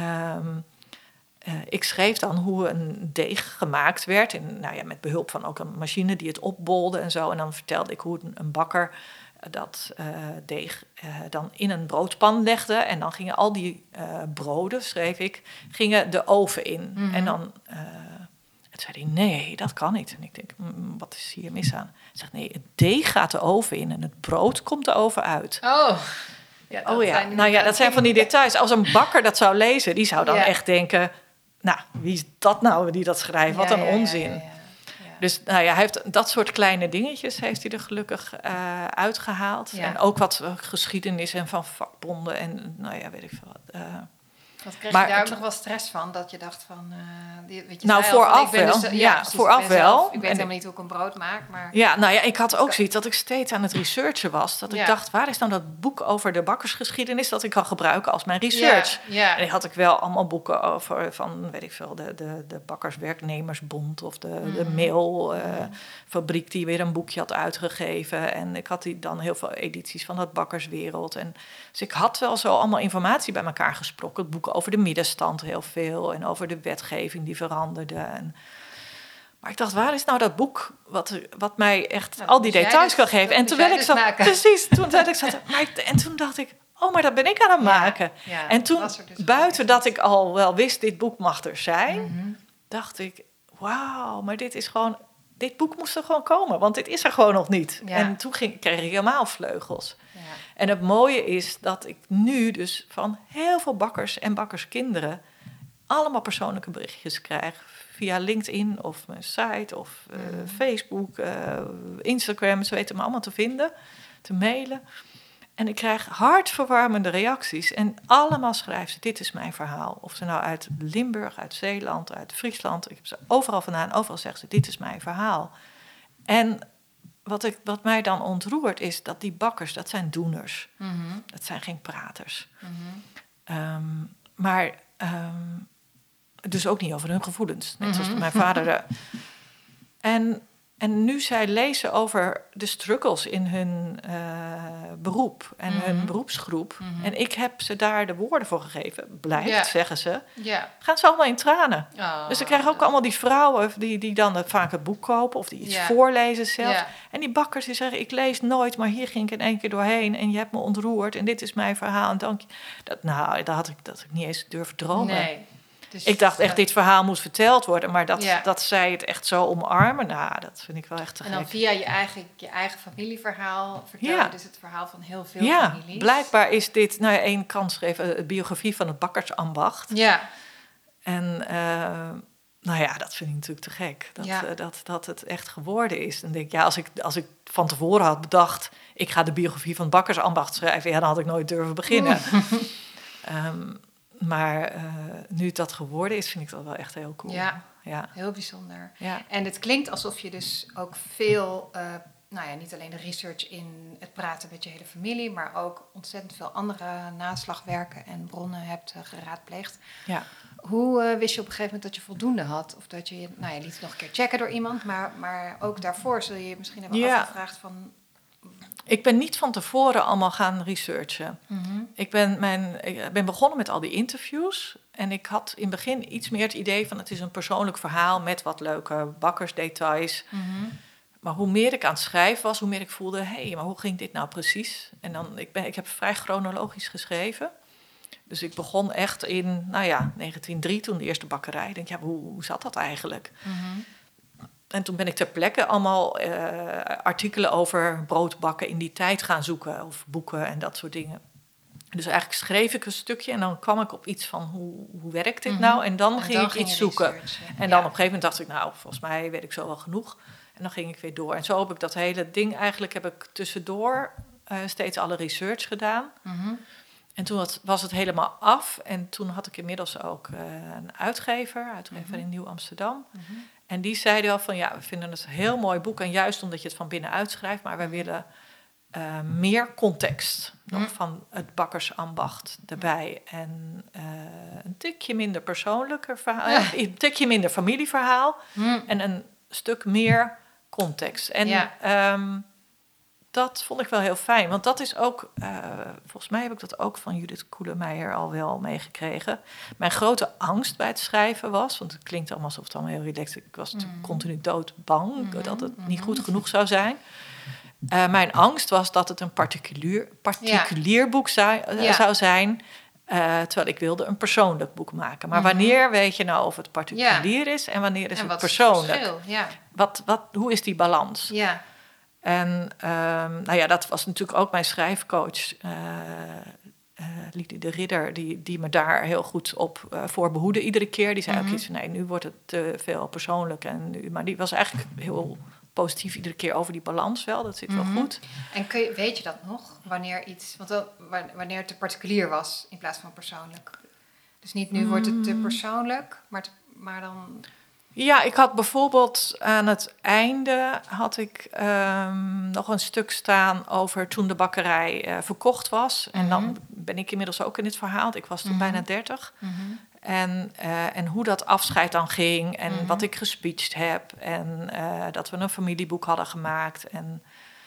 ik schreef dan hoe een deeg gemaakt werd... met behulp van ook een machine die het opbolde en zo. En dan vertelde ik hoe een bakker dat deeg dan in een broodpan legde. En dan gingen al die broden, schreef ik, gingen de oven in. En dan zei hij, nee, dat kan niet. En ik denk, wat is hier mis aan? Hij zegt, nee, het deeg gaat de oven in en het brood komt de oven uit. Oh, ja. Dat zijn van die details. Als een bakker dat zou lezen, die zou dan echt denken... nou, wie is dat nou die dat schrijft? Wat een onzin. Ja. Dus hij heeft dat soort kleine dingetjes heeft hij er gelukkig uitgehaald. Ja. En ook wat geschiedenis en van vakbonden en weet ik veel wat. Wat kreeg je daar ook nog wel stress van? Dat je dacht van... vooraf wel. Vooraf wel. Ik weet helemaal niet hoe ik een brood maak, maar... Ja, ik had ook zoiets dat ik steeds aan het researchen was. Dat ik dacht, waar is nou dat boek over de bakkersgeschiedenis... dat ik kan gebruiken als mijn research? Ja. En die had ik wel allemaal boeken over van, weet ik veel... de Bakkerswerknemersbond of de mailfabriek... die weer een boekje had uitgegeven. En ik had dan heel veel edities van dat Bakkerswereld. Dus ik had wel zo allemaal informatie bij elkaar gesproken. Het boek over de middenstand heel veel... en over de wetgeving die veranderde. Maar ik dacht, waar is nou dat boek... wat mij echt al die details kan geven? En terwijl ik zat... Precies, toen dacht ik... oh, maar dat ben ik aan het maken. Ja, en toen, dus buiten dat ik al wel wist... dit boek mag er zijn... dacht ik, wauw, maar dit is gewoon... dit boek moest er gewoon komen, want dit is er gewoon nog niet. Ja. En toen kreeg ik helemaal vleugels. Ja. En het mooie is dat ik nu dus van heel veel bakkers en bakkerskinderen... allemaal persoonlijke berichtjes krijg... via LinkedIn of mijn site of Facebook, Instagram. Ze weten me allemaal te vinden, te mailen. En ik krijg hartverwarmende reacties. En allemaal schrijven ze, dit is mijn verhaal. Of ze nou uit Limburg, uit Zeeland, uit Friesland... ik heb ze overal vandaan, overal zeggen ze, dit is mijn verhaal. En wat mij dan ontroert is dat die bakkers, dat zijn doeners. Mm-hmm. Dat zijn geen praters. Mm-hmm. Dus ook niet over hun gevoelens. Net zoals mijn vader. En En nu zij lezen over de struggles in hun beroep en hun beroepsgroep. En ik heb ze daar de woorden voor gegeven. Blijkt, zeggen ze. Ja. Gaan ze allemaal in tranen. Oh, Dus ik krijg ook allemaal die vrouwen die dan vaak het boek kopen. Of die iets voorlezen zelf. Ja. En die bakkers die zeggen, ik lees nooit. Maar hier ging ik in één keer doorheen. En je hebt me ontroerd. En dit is mijn verhaal. En dank je. Dat had ik niet eens durven dromen. Nee. Dus ik dacht echt, dit verhaal moet verteld worden. Maar dat zij het echt zo omarmen, dat vind ik wel echt te gek. En dan via je eigen familieverhaal vertel je dus het verhaal van heel veel families. Ja, blijkbaar is dit, één kant schreef een biografie van het bakkersambacht. Ja. En dat vind ik natuurlijk te gek. Dat het echt geworden is. En denk als ik van tevoren had bedacht, ik ga de biografie van het bakkersambacht schrijven, dan had ik nooit durven beginnen. Maar nu het dat geworden is, vind ik dat wel echt heel cool. Ja, heel bijzonder. Ja. En het klinkt alsof je dus ook veel, niet alleen de research in het praten met je hele familie, maar ook ontzettend veel andere naslagwerken en bronnen hebt geraadpleegd. Ja. Hoe wist je op een gegeven moment dat je voldoende had? Of dat je liet het nog een keer checken door iemand, maar ook daarvoor zul je misschien hebben afgevraagd van... Ik ben niet van tevoren allemaal gaan researchen. Mm-hmm. Ik ben begonnen met al die interviews. En ik had in het begin iets meer het idee van... het is een persoonlijk verhaal met wat leuke bakkersdetails. Mm-hmm. Maar hoe meer ik aan het schrijven was, hoe meer ik voelde... maar hoe ging dit nou precies? En dan, ik heb vrij chronologisch geschreven. Dus ik begon echt in 1903, toen de eerste bakkerij. Ik denk, hoe zat dat eigenlijk? Mm-hmm. En toen ben ik ter plekke allemaal artikelen over broodbakken in die tijd gaan zoeken. Of boeken en dat soort dingen. Dus eigenlijk schreef ik een stukje en dan kwam ik op iets van hoe werkt dit nou? En dan ging ik iets zoeken. En dan op een gegeven moment dacht ik, volgens mij weet ik zo wel genoeg. En dan ging ik weer door. En zo heb ik dat hele ding eigenlijk, heb ik tussendoor steeds alle research gedaan. Mm-hmm. En toen was het helemaal af. En toen had ik inmiddels ook een uitgever in Nieuw-Amsterdam. Mm-hmm. En die zeiden al van, we vinden het een heel mooi boek. En juist omdat je het van binnen uitschrijft. Maar wij willen meer context nog van het bakkersambacht erbij. En een tikje minder persoonlijker verhaal. Een tikje minder familieverhaal. En een stuk meer context. En dat vond ik wel heel fijn. Want dat is ook, volgens mij heb ik dat ook van Judith Koelemeijer al wel meegekregen. Mijn grote angst bij het schrijven was, want het klinkt allemaal alsof het allemaal heel relaxed. Ik was continu doodbang dat het niet goed genoeg zou zijn. Mijn angst was dat het een particulier boek zou zijn. Terwijl ik wilde een persoonlijk boek maken. Maar wanneer weet je nou of het particulier is en wanneer is het persoonlijk? Is het hoe is die balans? Ja. En dat was natuurlijk ook mijn schrijfcoach, Lidie de Ridder, die me daar heel goed op voor behoedde iedere keer. Die zei ook iets van, nu wordt het te veel persoonlijk. Maar die was eigenlijk heel positief iedere keer over die balans wel. Dat zit wel goed. En weet je dat nog? Wanneer het te particulier was in plaats van persoonlijk? Dus niet nu wordt het te persoonlijk, maar dan... Ja, ik had bijvoorbeeld aan het einde nog een stuk staan over toen de bakkerij verkocht was. En dan ben ik inmiddels ook in dit verhaal. Ik was toen bijna 30. Mm-hmm. En hoe dat afscheid dan ging en wat ik gespeecht heb. En dat we een familieboek hadden gemaakt. En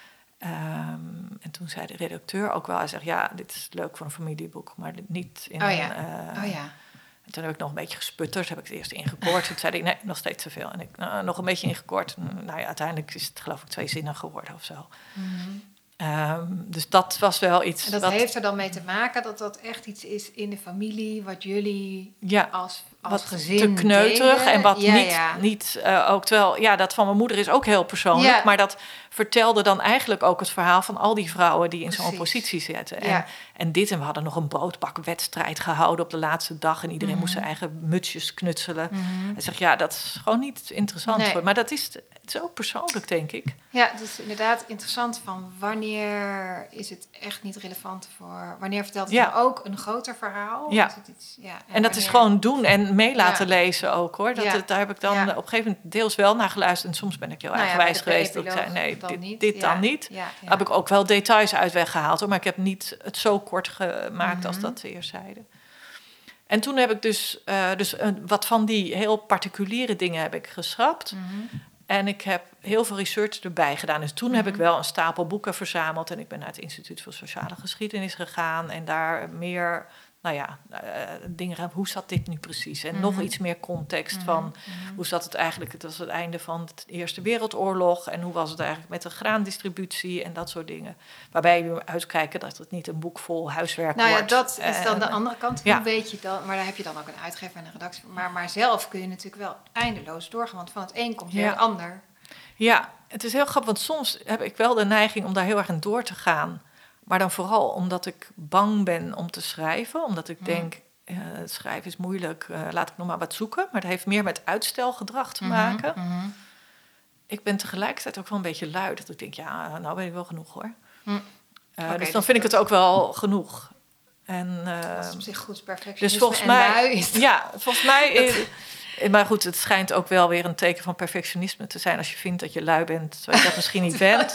toen zei de redacteur ook wel, hij zegt, dit is leuk voor een familieboek, maar niet in En toen heb ik nog een beetje gesputterd, heb ik het eerst ingekort. Toen zei ik, nee, nog steeds te veel. En ik nog een beetje ingekort. Uiteindelijk is het geloof ik 2 zinnen geworden of zo. Mm-hmm. Dus dat was wel iets... En dat heeft er dan mee te maken dat echt iets is in de familie... wat jullie als gezin te kneuterig deden. En wat niet ook... Terwijl, dat van mijn moeder is ook heel persoonlijk... Ja. Maar dat vertelde dan eigenlijk ook het verhaal... van al die vrouwen die in zo'n positie zitten. En we hadden nog een broodbakwedstrijd gehouden... op de laatste dag en iedereen moest zijn eigen mutsjes knutselen. Mm-hmm. Hij zegt, dat is gewoon niet interessant. Voor, maar het is ook persoonlijk, denk ik. Ja, het is inderdaad interessant van wanneer is het echt niet relevant voor... Wanneer vertelt het nou ook een groter verhaal? Ja. Is het iets, en dat is gewoon doen en mee laten lezen ook, hoor. Daar heb ik dan op een gegeven moment deels wel naar geluisterd. En soms ben ik heel eigenwijs geweest. Dat ik zei, nee, dit dan niet. Daar heb ik ook wel details uit weggehaald, hoor. Maar ik heb niet het zo kort gemaakt als dat ze eerst zeiden. En toen heb ik dus wat van die heel particuliere dingen heb ik geschrapt... Mm-hmm. En ik heb heel veel research erbij gedaan. Dus toen heb ik wel een stapel boeken verzameld. En ik ben naar het Instituut voor Sociale Geschiedenis gegaan. En daar meer, dingen, hoe zat dit nu precies? En nog iets meer context van, hoe zat het eigenlijk? Het was het einde van de Eerste Wereldoorlog. En hoe was het eigenlijk met de graandistributie en dat soort dingen. Waarbij we uitkijken dat het niet een boek vol huiswerk wordt. Nou ja, dat is dan de andere kant. Hoe weet je dan? Maar daar heb je dan ook een uitgever en een redactie. Maar zelf kun je natuurlijk wel eindeloos doorgaan. Want van het een komt weer het ander. Ja, het is heel grappig. Want soms heb ik wel de neiging om daar heel erg in door te gaan. Maar dan vooral omdat ik bang ben om te schrijven. Omdat ik denk, het schrijven is moeilijk. Laat ik nog maar wat zoeken. Maar dat heeft meer met uitstelgedrag te maken. Ik ben tegelijkertijd ook wel een beetje lui. Dat ik denk, nou ben ik wel genoeg hoor. Dus dan vind ik het ook wel genoeg. En, dat is op zich goed, perfectionisme dus volgens mij, volgens mij... Maar goed, het schijnt ook wel weer een teken van perfectionisme te zijn... als je vindt dat je lui bent, terwijl je dat misschien niet bent.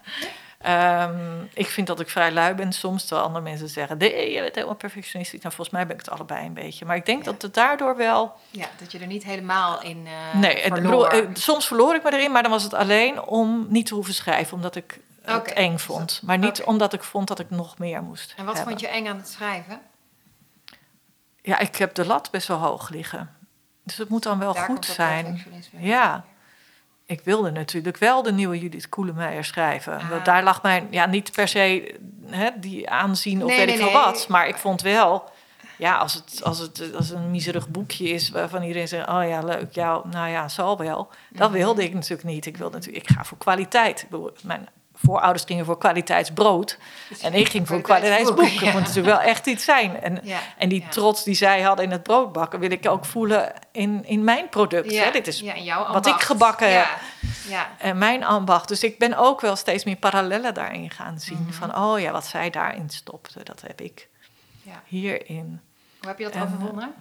Ik vind dat ik vrij lui ben soms, terwijl andere mensen zeggen... nee, je bent helemaal perfectionistisch. Nou, volgens mij ben ik het allebei een beetje. Maar ik denk dat het daardoor wel... Ja, dat je er niet helemaal in soms verloor ik me erin, maar dan was het alleen om niet te hoeven schrijven... omdat ik het eng vond. Maar niet omdat ik vond dat ik nog meer moest En wat vond je eng aan het schrijven? Ja, ik heb de lat best wel hoog liggen. Dus het moet dan wel daar goed zijn. Ja. Ik wilde natuurlijk wel de nieuwe Judith Koelemeijer schrijven. Daar lag mijn, niet per se die aanzien of weet ik veel wat. Maar ik vond wel, als het een miserig boekje is... waarvan iedereen zegt, oh ja, leuk, zal wel. Dat wilde ik natuurlijk niet. Ik ga voor kwaliteit. Mijn voorouders gingen voor kwaliteitsbrood. En ik ging voor kwaliteitsboek. Het moet natuurlijk wel echt iets zijn. En die trots die zij hadden in het broodbakken... wil ik ook voelen in mijn product. Ja. Dit is in jouw wat ik gebakken heb. Ja. En mijn ambacht. Dus ik ben ook wel steeds meer parallellen daarin gaan zien. Van, wat zij daarin stopte, dat heb ik hierin. Hoe heb je dat overwonnen?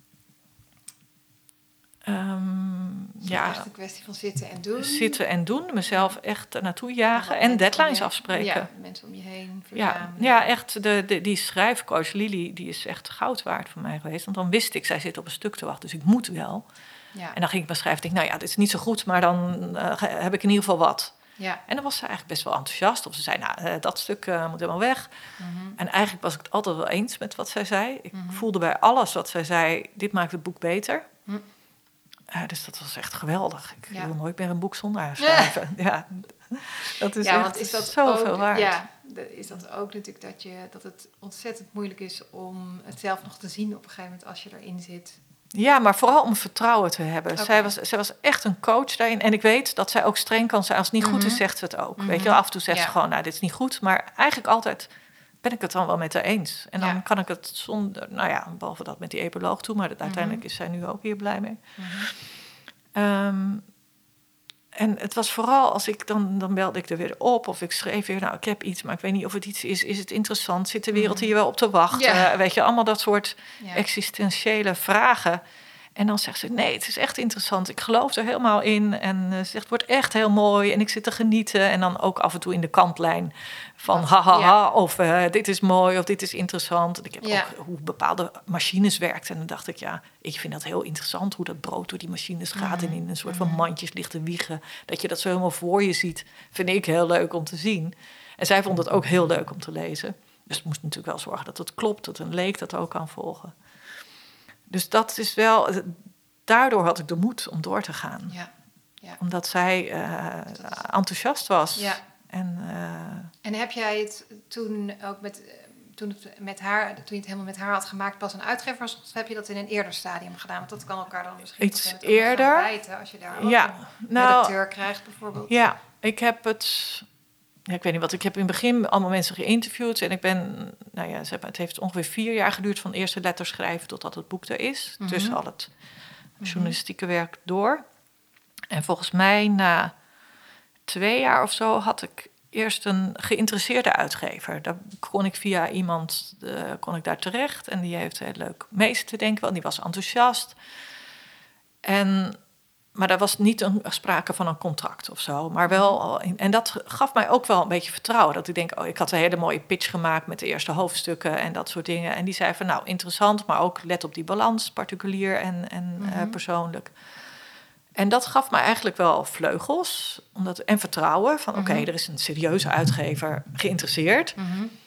Echt een kwestie van zitten en doen. Zitten en doen, mezelf echt naartoe jagen en deadlines afspreken. Ja, mensen om je heen verzamelen. Ja, echt. Die schrijfcoach Lili, die is echt goud waard voor mij geweest. Want dan wist ik, zij zit op een stuk te wachten, dus ik moet wel. Ja. En dan ging ik maar schrijven, denk, dit is niet zo goed, maar dan heb ik in ieder geval wat. Ja. En dan was ze eigenlijk best wel enthousiast. Of ze zei, dat stuk moet helemaal weg. En eigenlijk was ik het altijd wel eens met wat zij zei. Ik voelde bij alles wat zij zei, dit maakt het boek beter. Dus dat was echt geweldig. Ik wil nooit meer een boek zonder haar schrijven. Ja, dat is echt is dat zoveel waard. Ja, is dat ook natuurlijk dat het ontzettend moeilijk is om het zelf nog te zien op een gegeven moment als je erin zit. Ja, maar vooral om vertrouwen te hebben. Okay. Zij was echt een coach daarin. En ik weet dat zij ook streng kan zijn. Als het niet goed is, zegt ze het ook. Weet je wel, af en toe zegt ze gewoon, dit is niet goed. Maar eigenlijk altijd ben ik het dan wel met haar eens. En dan kan ik het zonder, behalve dat met die epoloog toe, maar uiteindelijk is zij nu ook hier blij mee. En het was vooral als ik dan belde ik er weer op of ik schreef weer, ik heb iets, maar ik weet niet of het iets is. Is het interessant? Zit de wereld hier wel op te wachten? Weet je, allemaal dat soort existentiële vragen. En dan zegt ze, nee, het is echt interessant. Ik geloof er helemaal in. En ze zegt, het wordt echt heel mooi. En ik zit te genieten. En dan ook af en toe in de kantlijn van hahaha. Of dit is mooi of dit is interessant. En ik heb ook hoe bepaalde machines werkt. En dan dacht ik, ik vind dat heel interessant. Hoe dat brood door die machines gaat. En in een soort van mandjes ligt te wiegen. Dat je dat zo helemaal voor je ziet. Vind ik heel leuk om te zien. En zij vond het ook heel leuk om te lezen. Dus ik moest natuurlijk wel zorgen dat het klopt. Dat een leek dat ook kan volgen. Dus dat is wel... Daardoor had ik de moed om door te gaan. Ja. Omdat zij enthousiast was. Ja. En heb jij het toen ook toen je het helemaal met haar had gemaakt, pas een uitgever was, of heb je dat in een eerder stadium gedaan? Want dat kan elkaar dan misschien iets eerder verwijten als je daar ook een redacteur krijgt bijvoorbeeld. Ja, ik heb het... Ja, ik weet niet wat. Ik heb in het begin allemaal mensen geïnterviewd. En ik ben... het heeft ongeveer 4 jaar geduurd van eerste letter schrijven totdat het boek er is. Tussen al het journalistieke werk door. En volgens mij na 2 jaar of zo had ik eerst een geïnteresseerde uitgever. Daar kon ik via iemand daar terecht. En die heeft heel leuk mee te denken. Want die was enthousiast. Maar daar was niet sprake van een contract of zo. Maar wel, en dat gaf mij ook wel een beetje vertrouwen. Dat ik denk, ik had een hele mooie pitch gemaakt met de eerste hoofdstukken en dat soort dingen. En die zei van, interessant, maar ook let op die balans, particulier en persoonlijk. En dat gaf me eigenlijk wel vleugels en vertrouwen. Van oké, er is een serieuze uitgever geïnteresseerd.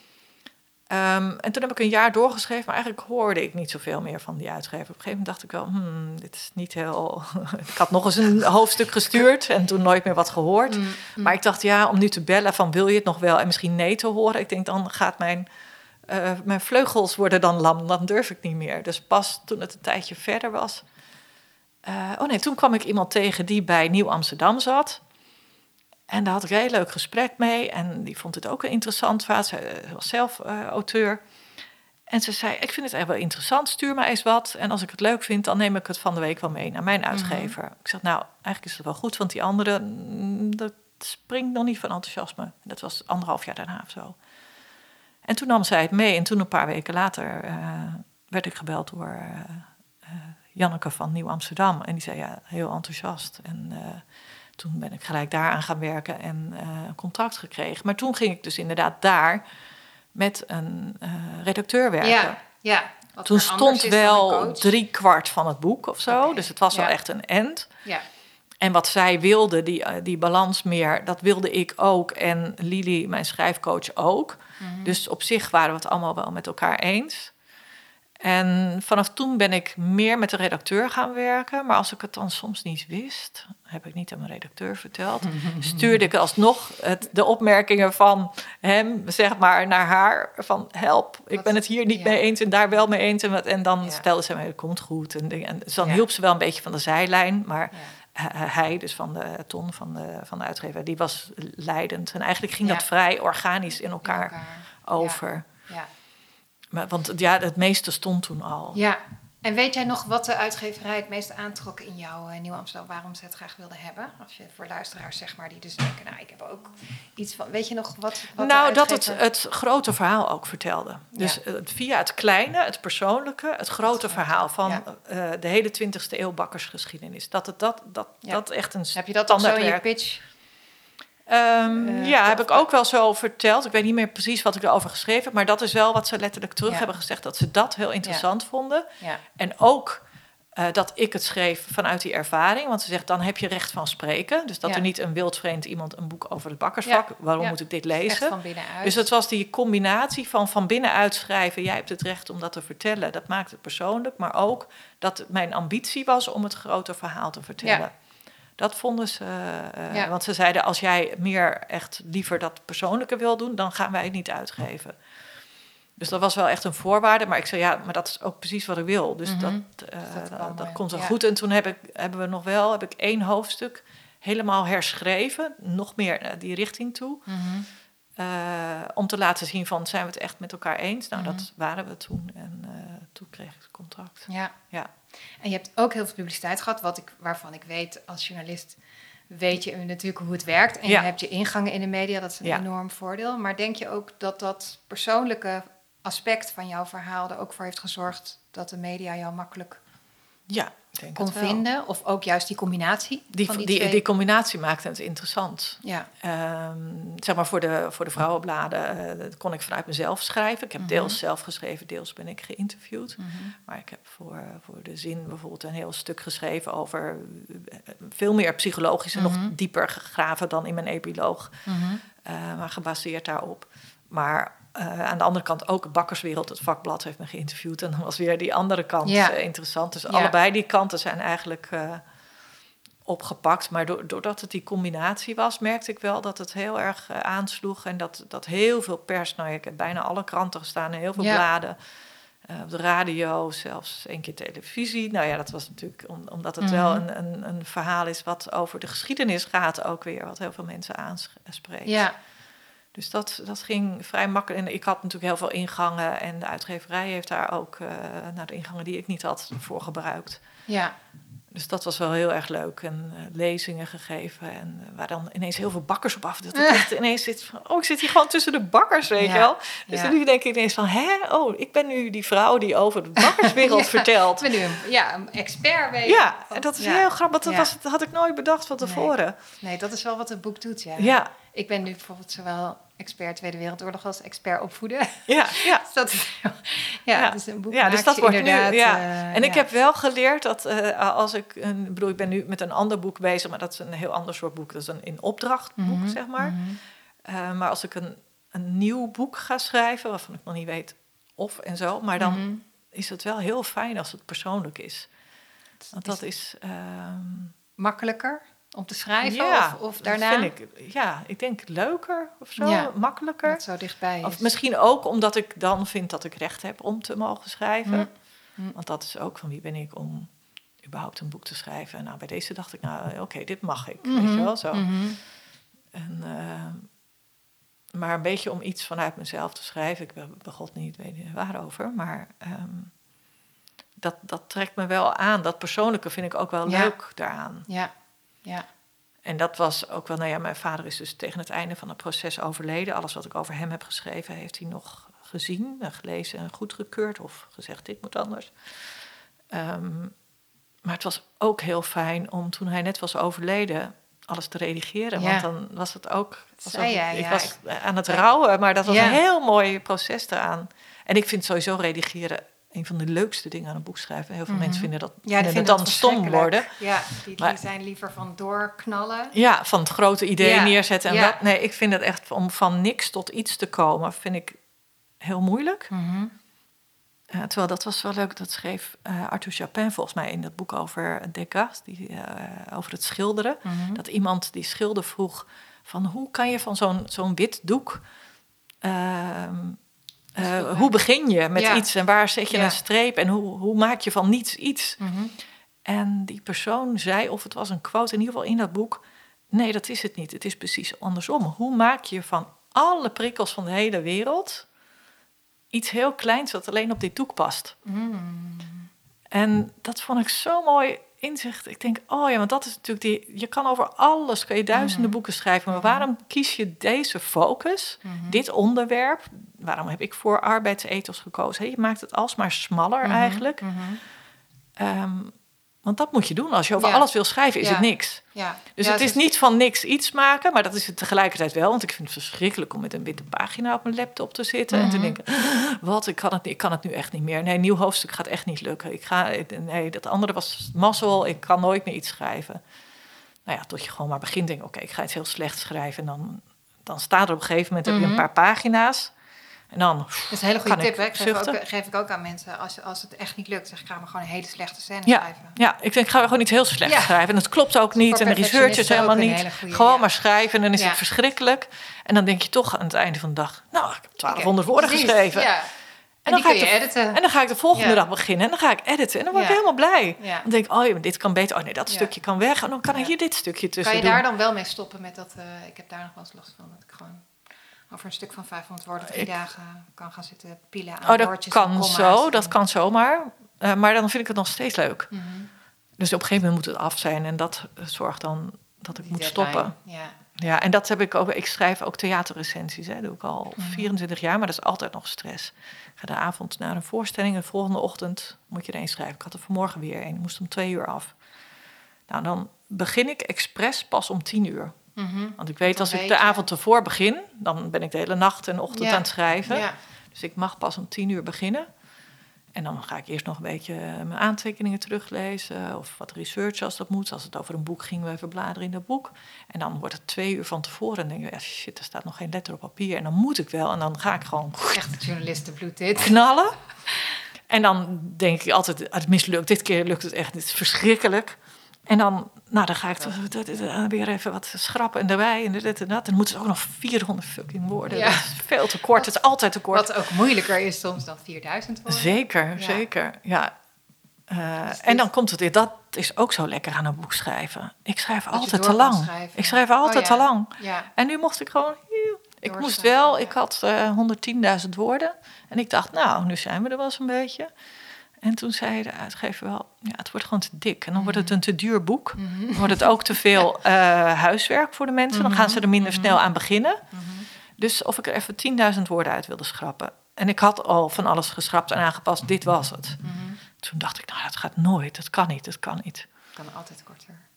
En toen heb ik een jaar doorgeschreven, maar eigenlijk hoorde ik niet zoveel meer van die uitgever. Op een gegeven moment dacht ik wel, dit is niet heel... Ik had nog eens een hoofdstuk gestuurd en toen nooit meer wat gehoord. Maar ik dacht, om nu te bellen van wil je het nog wel en misschien nee te horen. Ik denk, dan gaat mijn vleugels worden dan lam, dan durf ik niet meer. Dus pas toen het een tijdje verder was... toen kwam ik iemand tegen die bij Nieuw Amsterdam zat. En daar had ik een heel leuk gesprek mee. En die vond het ook een interessant verhaal. Ze was zelf auteur. En ze zei, ik vind het echt wel interessant, stuur maar eens wat. En als ik het leuk vind, dan neem ik het van de week wel mee naar mijn uitgever. Ik zeg, nou, eigenlijk is het wel goed, want die andere... dat springt nog niet van enthousiasme. Dat was 1,5 jaar daarna of zo. En toen nam zij het mee. En toen een paar weken later werd ik gebeld door Janneke van Nieuw Amsterdam. En die zei, heel enthousiast. En toen ben ik gelijk daaraan gaan werken en contact gekregen. Maar toen ging ik dus inderdaad daar met een redacteur werken. Ja. Toen stond wel 3/4 van het boek of zo. Okay. Dus het was wel echt een end. Ja. En wat zij wilde, die balans meer, dat wilde ik ook. En Lili, mijn schrijfcoach, ook. Dus op zich waren we het allemaal wel met elkaar eens. En vanaf toen ben ik meer met de redacteur gaan werken. Maar als ik het dan soms niet wist, heb ik niet aan mijn redacteur verteld, stuurde ik alsnog de opmerkingen van hem, zeg maar, naar haar. Van help, ik ben het hier niet mee eens en daar wel mee eens. En dan stelde ze mij, het komt goed. En dus dan hielp ze wel een beetje van de zijlijn. Maar hij, dus van de Ton, van de uitgever, die was leidend. En eigenlijk ging dat vrij organisch in elkaar over. Ja. Maar, want het meeste stond toen al. Ja, en weet jij nog wat de uitgeverij het meest aantrok in jouw Nieuw Amsterdam, waarom ze het graag wilden hebben? Als je voor luisteraars, zeg maar, die dus denken, nou, ik heb ook iets van... Weet je nog wat nou, dat het grote verhaal ook vertelde. Dus via het kleine, het persoonlijke, het grote verhaal van de hele 20e eeuw bakkersgeschiedenis. Dat echt een heb je dat ook zo in je pitch? Heb ik ook wel zo verteld. Ik weet niet meer precies wat ik erover geschreven heb, maar dat is wel wat ze letterlijk terug hebben gezegd, dat ze dat heel interessant vonden. Ja. En ook dat ik het schreef vanuit die ervaring, want ze zegt, dan heb je recht van spreken. Dus dat er niet een wildvreemd iemand een boek over het bakkersvak, waarom moet ik dit lezen? Echt van binnenuit. Dus het was die combinatie van binnenuit schrijven, jij hebt het recht om dat te vertellen. Dat maakt het persoonlijk, maar ook dat mijn ambitie was om het grote verhaal te vertellen. Ja. Dat vonden ze, want ze zeiden, als jij meer echt liever dat persoonlijke wil doen, dan gaan wij het niet uitgeven. Dus dat was wel echt een voorwaarde. Maar ik zei, maar dat is ook precies wat ik wil. Dus dat komt wel goed. En toen heb ik 1 hoofdstuk helemaal herschreven. Nog meer die richting toe. Om te laten zien van, zijn we het echt met elkaar eens? Nou, dat waren we toen. En toen kreeg ik het contract. Ja. En je hebt ook heel veel publiciteit gehad, waarvan ik weet, als journalist weet je natuurlijk hoe het werkt. En je hebt je ingangen in de media, dat is een enorm voordeel. Maar denk je ook dat persoonlijke aspect van jouw verhaal er ook voor heeft gezorgd dat de media jou makkelijk kon vinden? Of ook juist die combinatie? Die combinatie maakte het interessant. Ja. Zeg maar voor de vrouwenbladen dat kon ik vanuit mezelf schrijven. Ik heb deels zelf geschreven, deels ben ik geïnterviewd. Maar ik heb voor de Zin bijvoorbeeld een heel stuk geschreven over veel meer psychologisch en nog dieper gegraven dan in mijn epiloog. Maar gebaseerd daarop. Maar aan de andere kant ook Bakkerswereld, het vakblad, heeft me geïnterviewd. En dan was weer die andere kant interessant. Dus allebei die kanten zijn eigenlijk opgepakt. Maar doordat het die combinatie was, merkte ik wel dat het heel erg aansloeg. En dat heel veel pers, ik heb bijna alle kranten gestaan en heel veel bladen. Op de radio, zelfs 1 keer televisie. Nou ja, dat was natuurlijk omdat het wel een verhaal is wat over de geschiedenis gaat ook weer. Wat heel veel mensen aanspreekt. Ja. Dus dat ging vrij makkelijk. En ik had natuurlijk heel veel ingangen. En de uitgeverij heeft daar ook de ingangen die ik niet had voor gebruikt. Ja. Dus dat was wel heel erg leuk. En lezingen gegeven. En waar dan ineens heel veel bakkers op af. Dat ik echt ineens zit van, ik zit hier gewoon tussen de bakkers, weet je wel. Dus nu denk ik ineens van, ik ben nu die vrouw die over de bakkerswereld vertelt. Ik ben nu een expert, weet je. Ja, en dat is heel grappig. Dat had ik nooit bedacht van tevoren. Nee, dat is wel wat het boek doet, ja. Ik ben nu bijvoorbeeld zowel expert Tweede Wereldoorlog als expert opvoeden. Ja. Dus dat is, dus een boek dus dat wordt inderdaad. Nu, en ik heb wel geleerd dat als ik... ik ben nu met een ander boek bezig, maar dat is een heel ander soort boek. Dat is een in opdrachtboek, zeg maar. Maar als ik een nieuw boek ga schrijven, waarvan ik nog niet weet of en zo, maar dan is het wel heel fijn als het persoonlijk is. Want dat is... makkelijker om te schrijven of daarna? Vind ik, ik denk leuker of zo, makkelijker. Dat zo dichtbij is. Of misschien ook omdat ik dan vind dat ik recht heb om te mogen schrijven. Want dat is ook van wie ben ik om überhaupt een boek te schrijven. Nou, bij deze dacht ik, oké, dit mag ik. Weet je wel, zo. En, maar een beetje om iets vanuit mezelf te schrijven. Ik begon niet, weet niet waarover, maar... Dat trekt me wel aan. Dat persoonlijke vind ik ook wel leuk daaraan. Ja. En dat was ook wel... mijn vader is dus tegen het einde van het proces overleden. Alles wat ik over hem heb geschreven, heeft hij nog gezien en gelezen en goedgekeurd. Of gezegd, dit moet anders. Maar het was ook heel fijn om, toen hij net was overleden, alles te redigeren. Want dan was het ook... Ik was aan het rouwen, maar dat was een heel mooi proces daaraan. En ik vind sowieso redigeren een van de leukste dingen aan een boek schrijven. Heel veel mensen vinden dat het dan stom worden. Ja, die zijn liever van doorknallen. Ja, van het grote idee neerzetten. En dat, ik vind het echt, om van niks tot iets te komen, vind ik heel moeilijk. Terwijl dat was wel leuk, dat schreef Arthur Japin volgens mij in dat boek over Degas, over het schilderen. Dat iemand die schilder vroeg van hoe kan je van zo'n wit doek... hoe begin je met iets en waar zet je een streep en hoe maak je van niets iets? En die persoon zei, of het was een quote in ieder geval in dat boek, nee, dat is het niet. Het is precies andersom. Hoe maak je van alle prikkels van de hele wereld iets heel kleins dat alleen op dit doek past? En dat vond ik zo mooi inzicht. Ik denk, want dat is natuurlijk je kan over alles, kan je duizenden boeken schrijven, maar waarom kies je deze focus, dit onderwerp? Waarom heb ik voor arbeidsethos gekozen? Je maakt het alsmaar smaller eigenlijk. Want dat moet je doen. Als je over alles wil schrijven, is het niks. Dus het is niet van niks iets maken, maar dat is het tegelijkertijd wel. Want ik vind het verschrikkelijk om met een witte pagina op mijn laptop te zitten en te denken, ik kan het nu echt niet meer. Nee, een nieuw hoofdstuk gaat echt niet lukken. Dat andere was mazzel, ik kan nooit meer iets schrijven. Nou ja, tot je gewoon maar begint, denk ik ga iets heel slecht schrijven. En dan staat er op een gegeven moment heb je een paar pagina's. En dan dat is een hele goede tip, hè? Geef ik ook aan mensen. Als het echt niet lukt, zeg ik, ga maar gewoon een hele slechte scène schrijven. Ja, ik denk, ik ga gewoon iets heel slecht schrijven. En dat klopt ook niet. En de research is helemaal niet. Gewoon maar schrijven en dan is het verschrikkelijk. En dan denk je toch aan het einde van de dag, ik heb 1200 woorden geschreven. Ja. En dan ga ik editen. En dan ga ik de volgende dag beginnen en dan ga ik editen. En dan word ik helemaal blij. Ja. Dan denk ik, dit kan beter. Oh nee, dat stukje kan weg. En dan kan ik hier dit stukje tussen doen. Kan je daar dan wel mee stoppen met dat... ik heb daar nog wel eens last van, dat ik gewoon over een stuk van 500 woorden 3 dagen kan gaan zitten pielen aan woordjes en komma's. Dat kan zomaar. Maar dan vind ik het nog steeds leuk. Dus op een gegeven moment moet het af zijn. En dat zorgt dan dat ik moet stoppen. Ja, en dat heb ik ook. Ik schrijf ook theaterrecensies. Dat doe ik al 24 jaar, maar dat is altijd nog stress. Ik ga de avond naar een voorstelling en de volgende ochtend moet je er een schrijven. Ik had er vanmorgen weer een. Ik moest om 2 uur af. Nou, dan begin ik expres pas om 10 uur. Want ik weet, als ik de avond ervoor begin, dan ben ik de hele nacht en ochtend aan het schrijven. Ja. Dus ik mag pas om 10 uur beginnen. En dan ga ik eerst nog een beetje mijn aantekeningen teruglezen. Of wat research als dat moet. Als het over een boek ging, we even bladeren in dat boek. En dan wordt het 2 uur van tevoren. En dan denk ik, shit, er staat nog geen letter op papier. En dan moet ik wel. En dan ga ik gewoon... Echt het journalistenbloed dit. Knallen. En dan denk ik altijd, het mislukt. Dit keer lukt het echt. Het is verschrikkelijk. En dan ga ik weer even wat schrappen en erbij en dit en dat. En dan moeten het ook nog 400 fucking woorden. Ja. Dat is veel te kort. Het is altijd te kort. Wat ook moeilijker is soms dan 4000 woorden. Zeker. Ja. En dan komt het weer. Dat is ook zo lekker aan een boek schrijven. Ik schrijf altijd te lang. Ik schrijf altijd te lang. Ja. En nu mocht ik gewoon... Ik moest wel, ik had 110.000 woorden. En ik dacht, nu zijn we er wel eens een beetje... En toen zei de uitgever wel, het wordt gewoon te dik. En dan wordt het een te duur boek. Dan wordt het ook te veel huiswerk voor de mensen. Dan gaan ze er minder snel aan beginnen. Dus of ik er even 10.000 woorden uit wilde schrappen. En ik had al van alles geschrapt en aangepast. Dit was het. Toen dacht ik, dat gaat nooit. Dat kan niet. Kan altijd korter.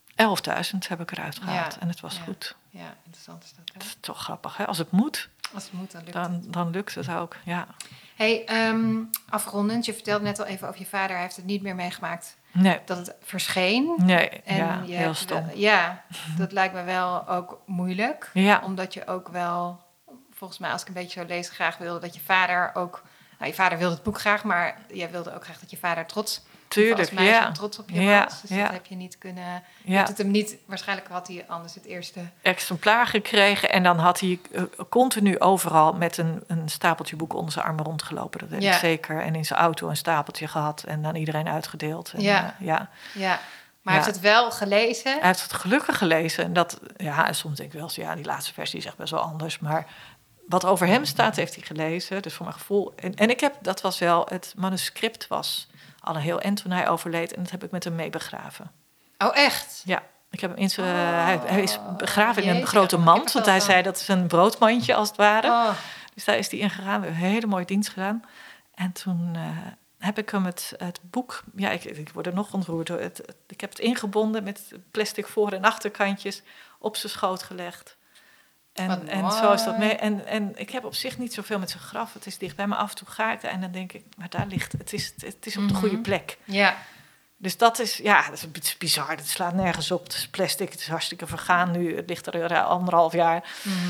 11.000 heb ik eruit gehaald en het was goed. Ja, interessant is dat. Hè? Dat is toch grappig, hè? Als het moet, dan lukt het ook, ja. Hey, afrondend, je vertelde net al even over je vader. Hij heeft het niet meer meegemaakt dat het verscheen. Nee, en heel stom. Dat lijkt me wel ook moeilijk. Ja. Omdat je ook wel, volgens mij als ik een beetje zo lees, graag wilde dat je vader ook... Nou, je vader wilde het boek graag, maar jij wilde ook graag dat je vader trots op je was. Dus dat heb je niet kunnen... Je hebt het hem niet... Waarschijnlijk had hij anders het eerste... exemplaar gekregen. En dan had hij continu overal met een stapeltje boeken onder zijn armen rondgelopen. Dat weet ik zeker. En in zijn auto een stapeltje gehad. En aan iedereen uitgedeeld. En, Maar hij heeft het wel gelezen? Hij heeft het gelukkig gelezen. En dat, en soms denk ik wel eens, die laatste versie is echt best wel anders. Maar... wat over hem staat, heeft hij gelezen. Dus voor mijn gevoel... En ik heb, dat was wel... Het manuscript was al een heel eind toen hij overleed. En dat heb ik met hem meebegraven. Oh, echt? Ja. Ik heb hem in zijn... hij is begraven in een grote mand. Want hij zei, dat is een broodmandje als het ware. Oh. Dus daar is hij in gegaan. We hebben een hele mooie dienst gedaan. En toen heb ik hem het boek... Ja, ik word er nog ontroerd door. Ik heb het ingebonden met plastic voor- en achterkantjes. Op zijn schoot gelegd. En zo is dat mee. En ik heb op zich niet zoveel met zijn graf. Het is dicht bij me. Af en toe ga ik daar en dan denk ik... maar daar ligt het. Het is op de goede plek. Ja. Dus dat is bizar. Het slaat nergens op. Het is plastic. Het is hartstikke vergaan nu. Het ligt er 1,5 jaar.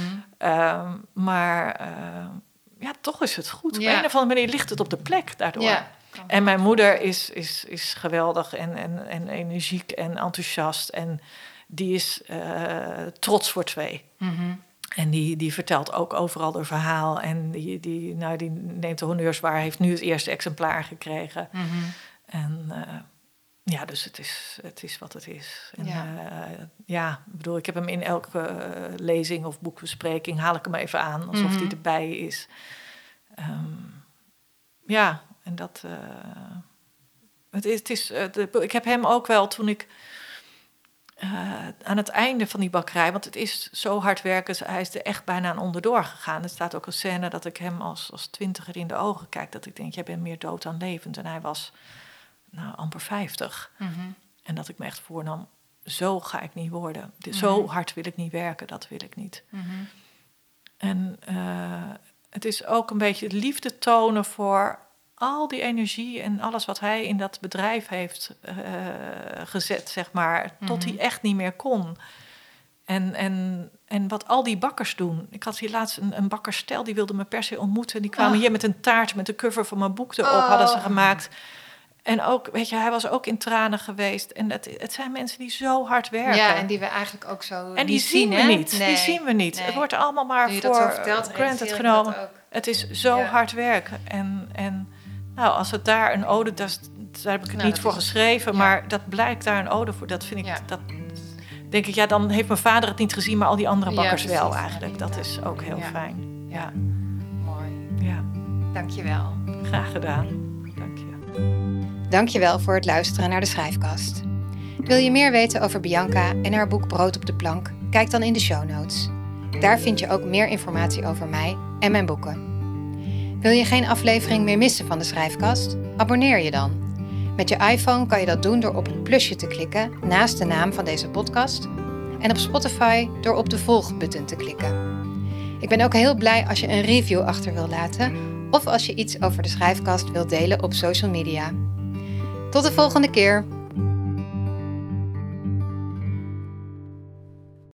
Maar toch is het goed. Op een of andere manier ligt het op de plek daardoor. Ja. En mijn moeder is geweldig en energiek en enthousiast. En die is trots voor 2. En die vertelt ook overal haar verhaal. En die neemt de honneurs waar. Heeft nu het eerste exemplaar gekregen. En dus het is wat het is. En, ik heb hem in elke lezing of boekbespreking... haal ik hem even aan, alsof hij erbij is. En dat... ik heb hem ook wel toen ik... aan het einde van die bakkerij, want het is zo hard werken, hij is er echt bijna aan onderdoor gegaan. Er staat ook een scène dat ik hem als 20er in de ogen kijk, dat ik denk, jij bent meer dood dan levend. En hij was amper 50. En dat ik me echt voornam, zo ga ik niet worden. Zo hard wil ik niet werken, dat wil ik niet. En het is ook een beetje liefde tonen voor al die energie en alles wat hij in dat bedrijf heeft gezet, zeg maar, tot hij echt niet meer kon. En wat al die bakkers doen. Ik had hier laatst een bakkerstel, die wilde me per se ontmoeten. Die kwamen hier met een taart met de cover van mijn boek erop, hadden ze gemaakt. En ook, weet je, hij was ook in tranen geweest. En het zijn mensen die zo hard werken. Ja, en die we eigenlijk ook zo en die zien we niet. Nee. Die zien we niet. Nee. Het wordt allemaal maar voor granted genomen. Het is zo hard werken. En als het daar een ode... Daar heb ik het niet voor geschreven, maar dat blijkt daar een ode voor. Dat vind ik... Dat denk ik, dan heeft mijn vader het niet gezien, maar al die andere bakkers wel eigenlijk. Dat is ook heel fijn. Ja. Mooi. Ja. Dankjewel. Graag gedaan. Dank je. Dankjewel voor het luisteren naar de Schrijfkast. Wil je meer weten over Bianca en haar boek Brood op de plank? Kijk dan in de show notes. Daar vind je ook meer informatie over mij en mijn boeken. Wil je geen aflevering meer missen van de Schrijfkast? Abonneer je dan. Met je iPhone kan je dat doen door op het plusje te klikken naast de naam van deze podcast. En op Spotify door op de volg-button te klikken. Ik ben ook heel blij als je een review achter wil laten of als je iets over de Schrijfkast wilt delen op social media. Tot de volgende keer!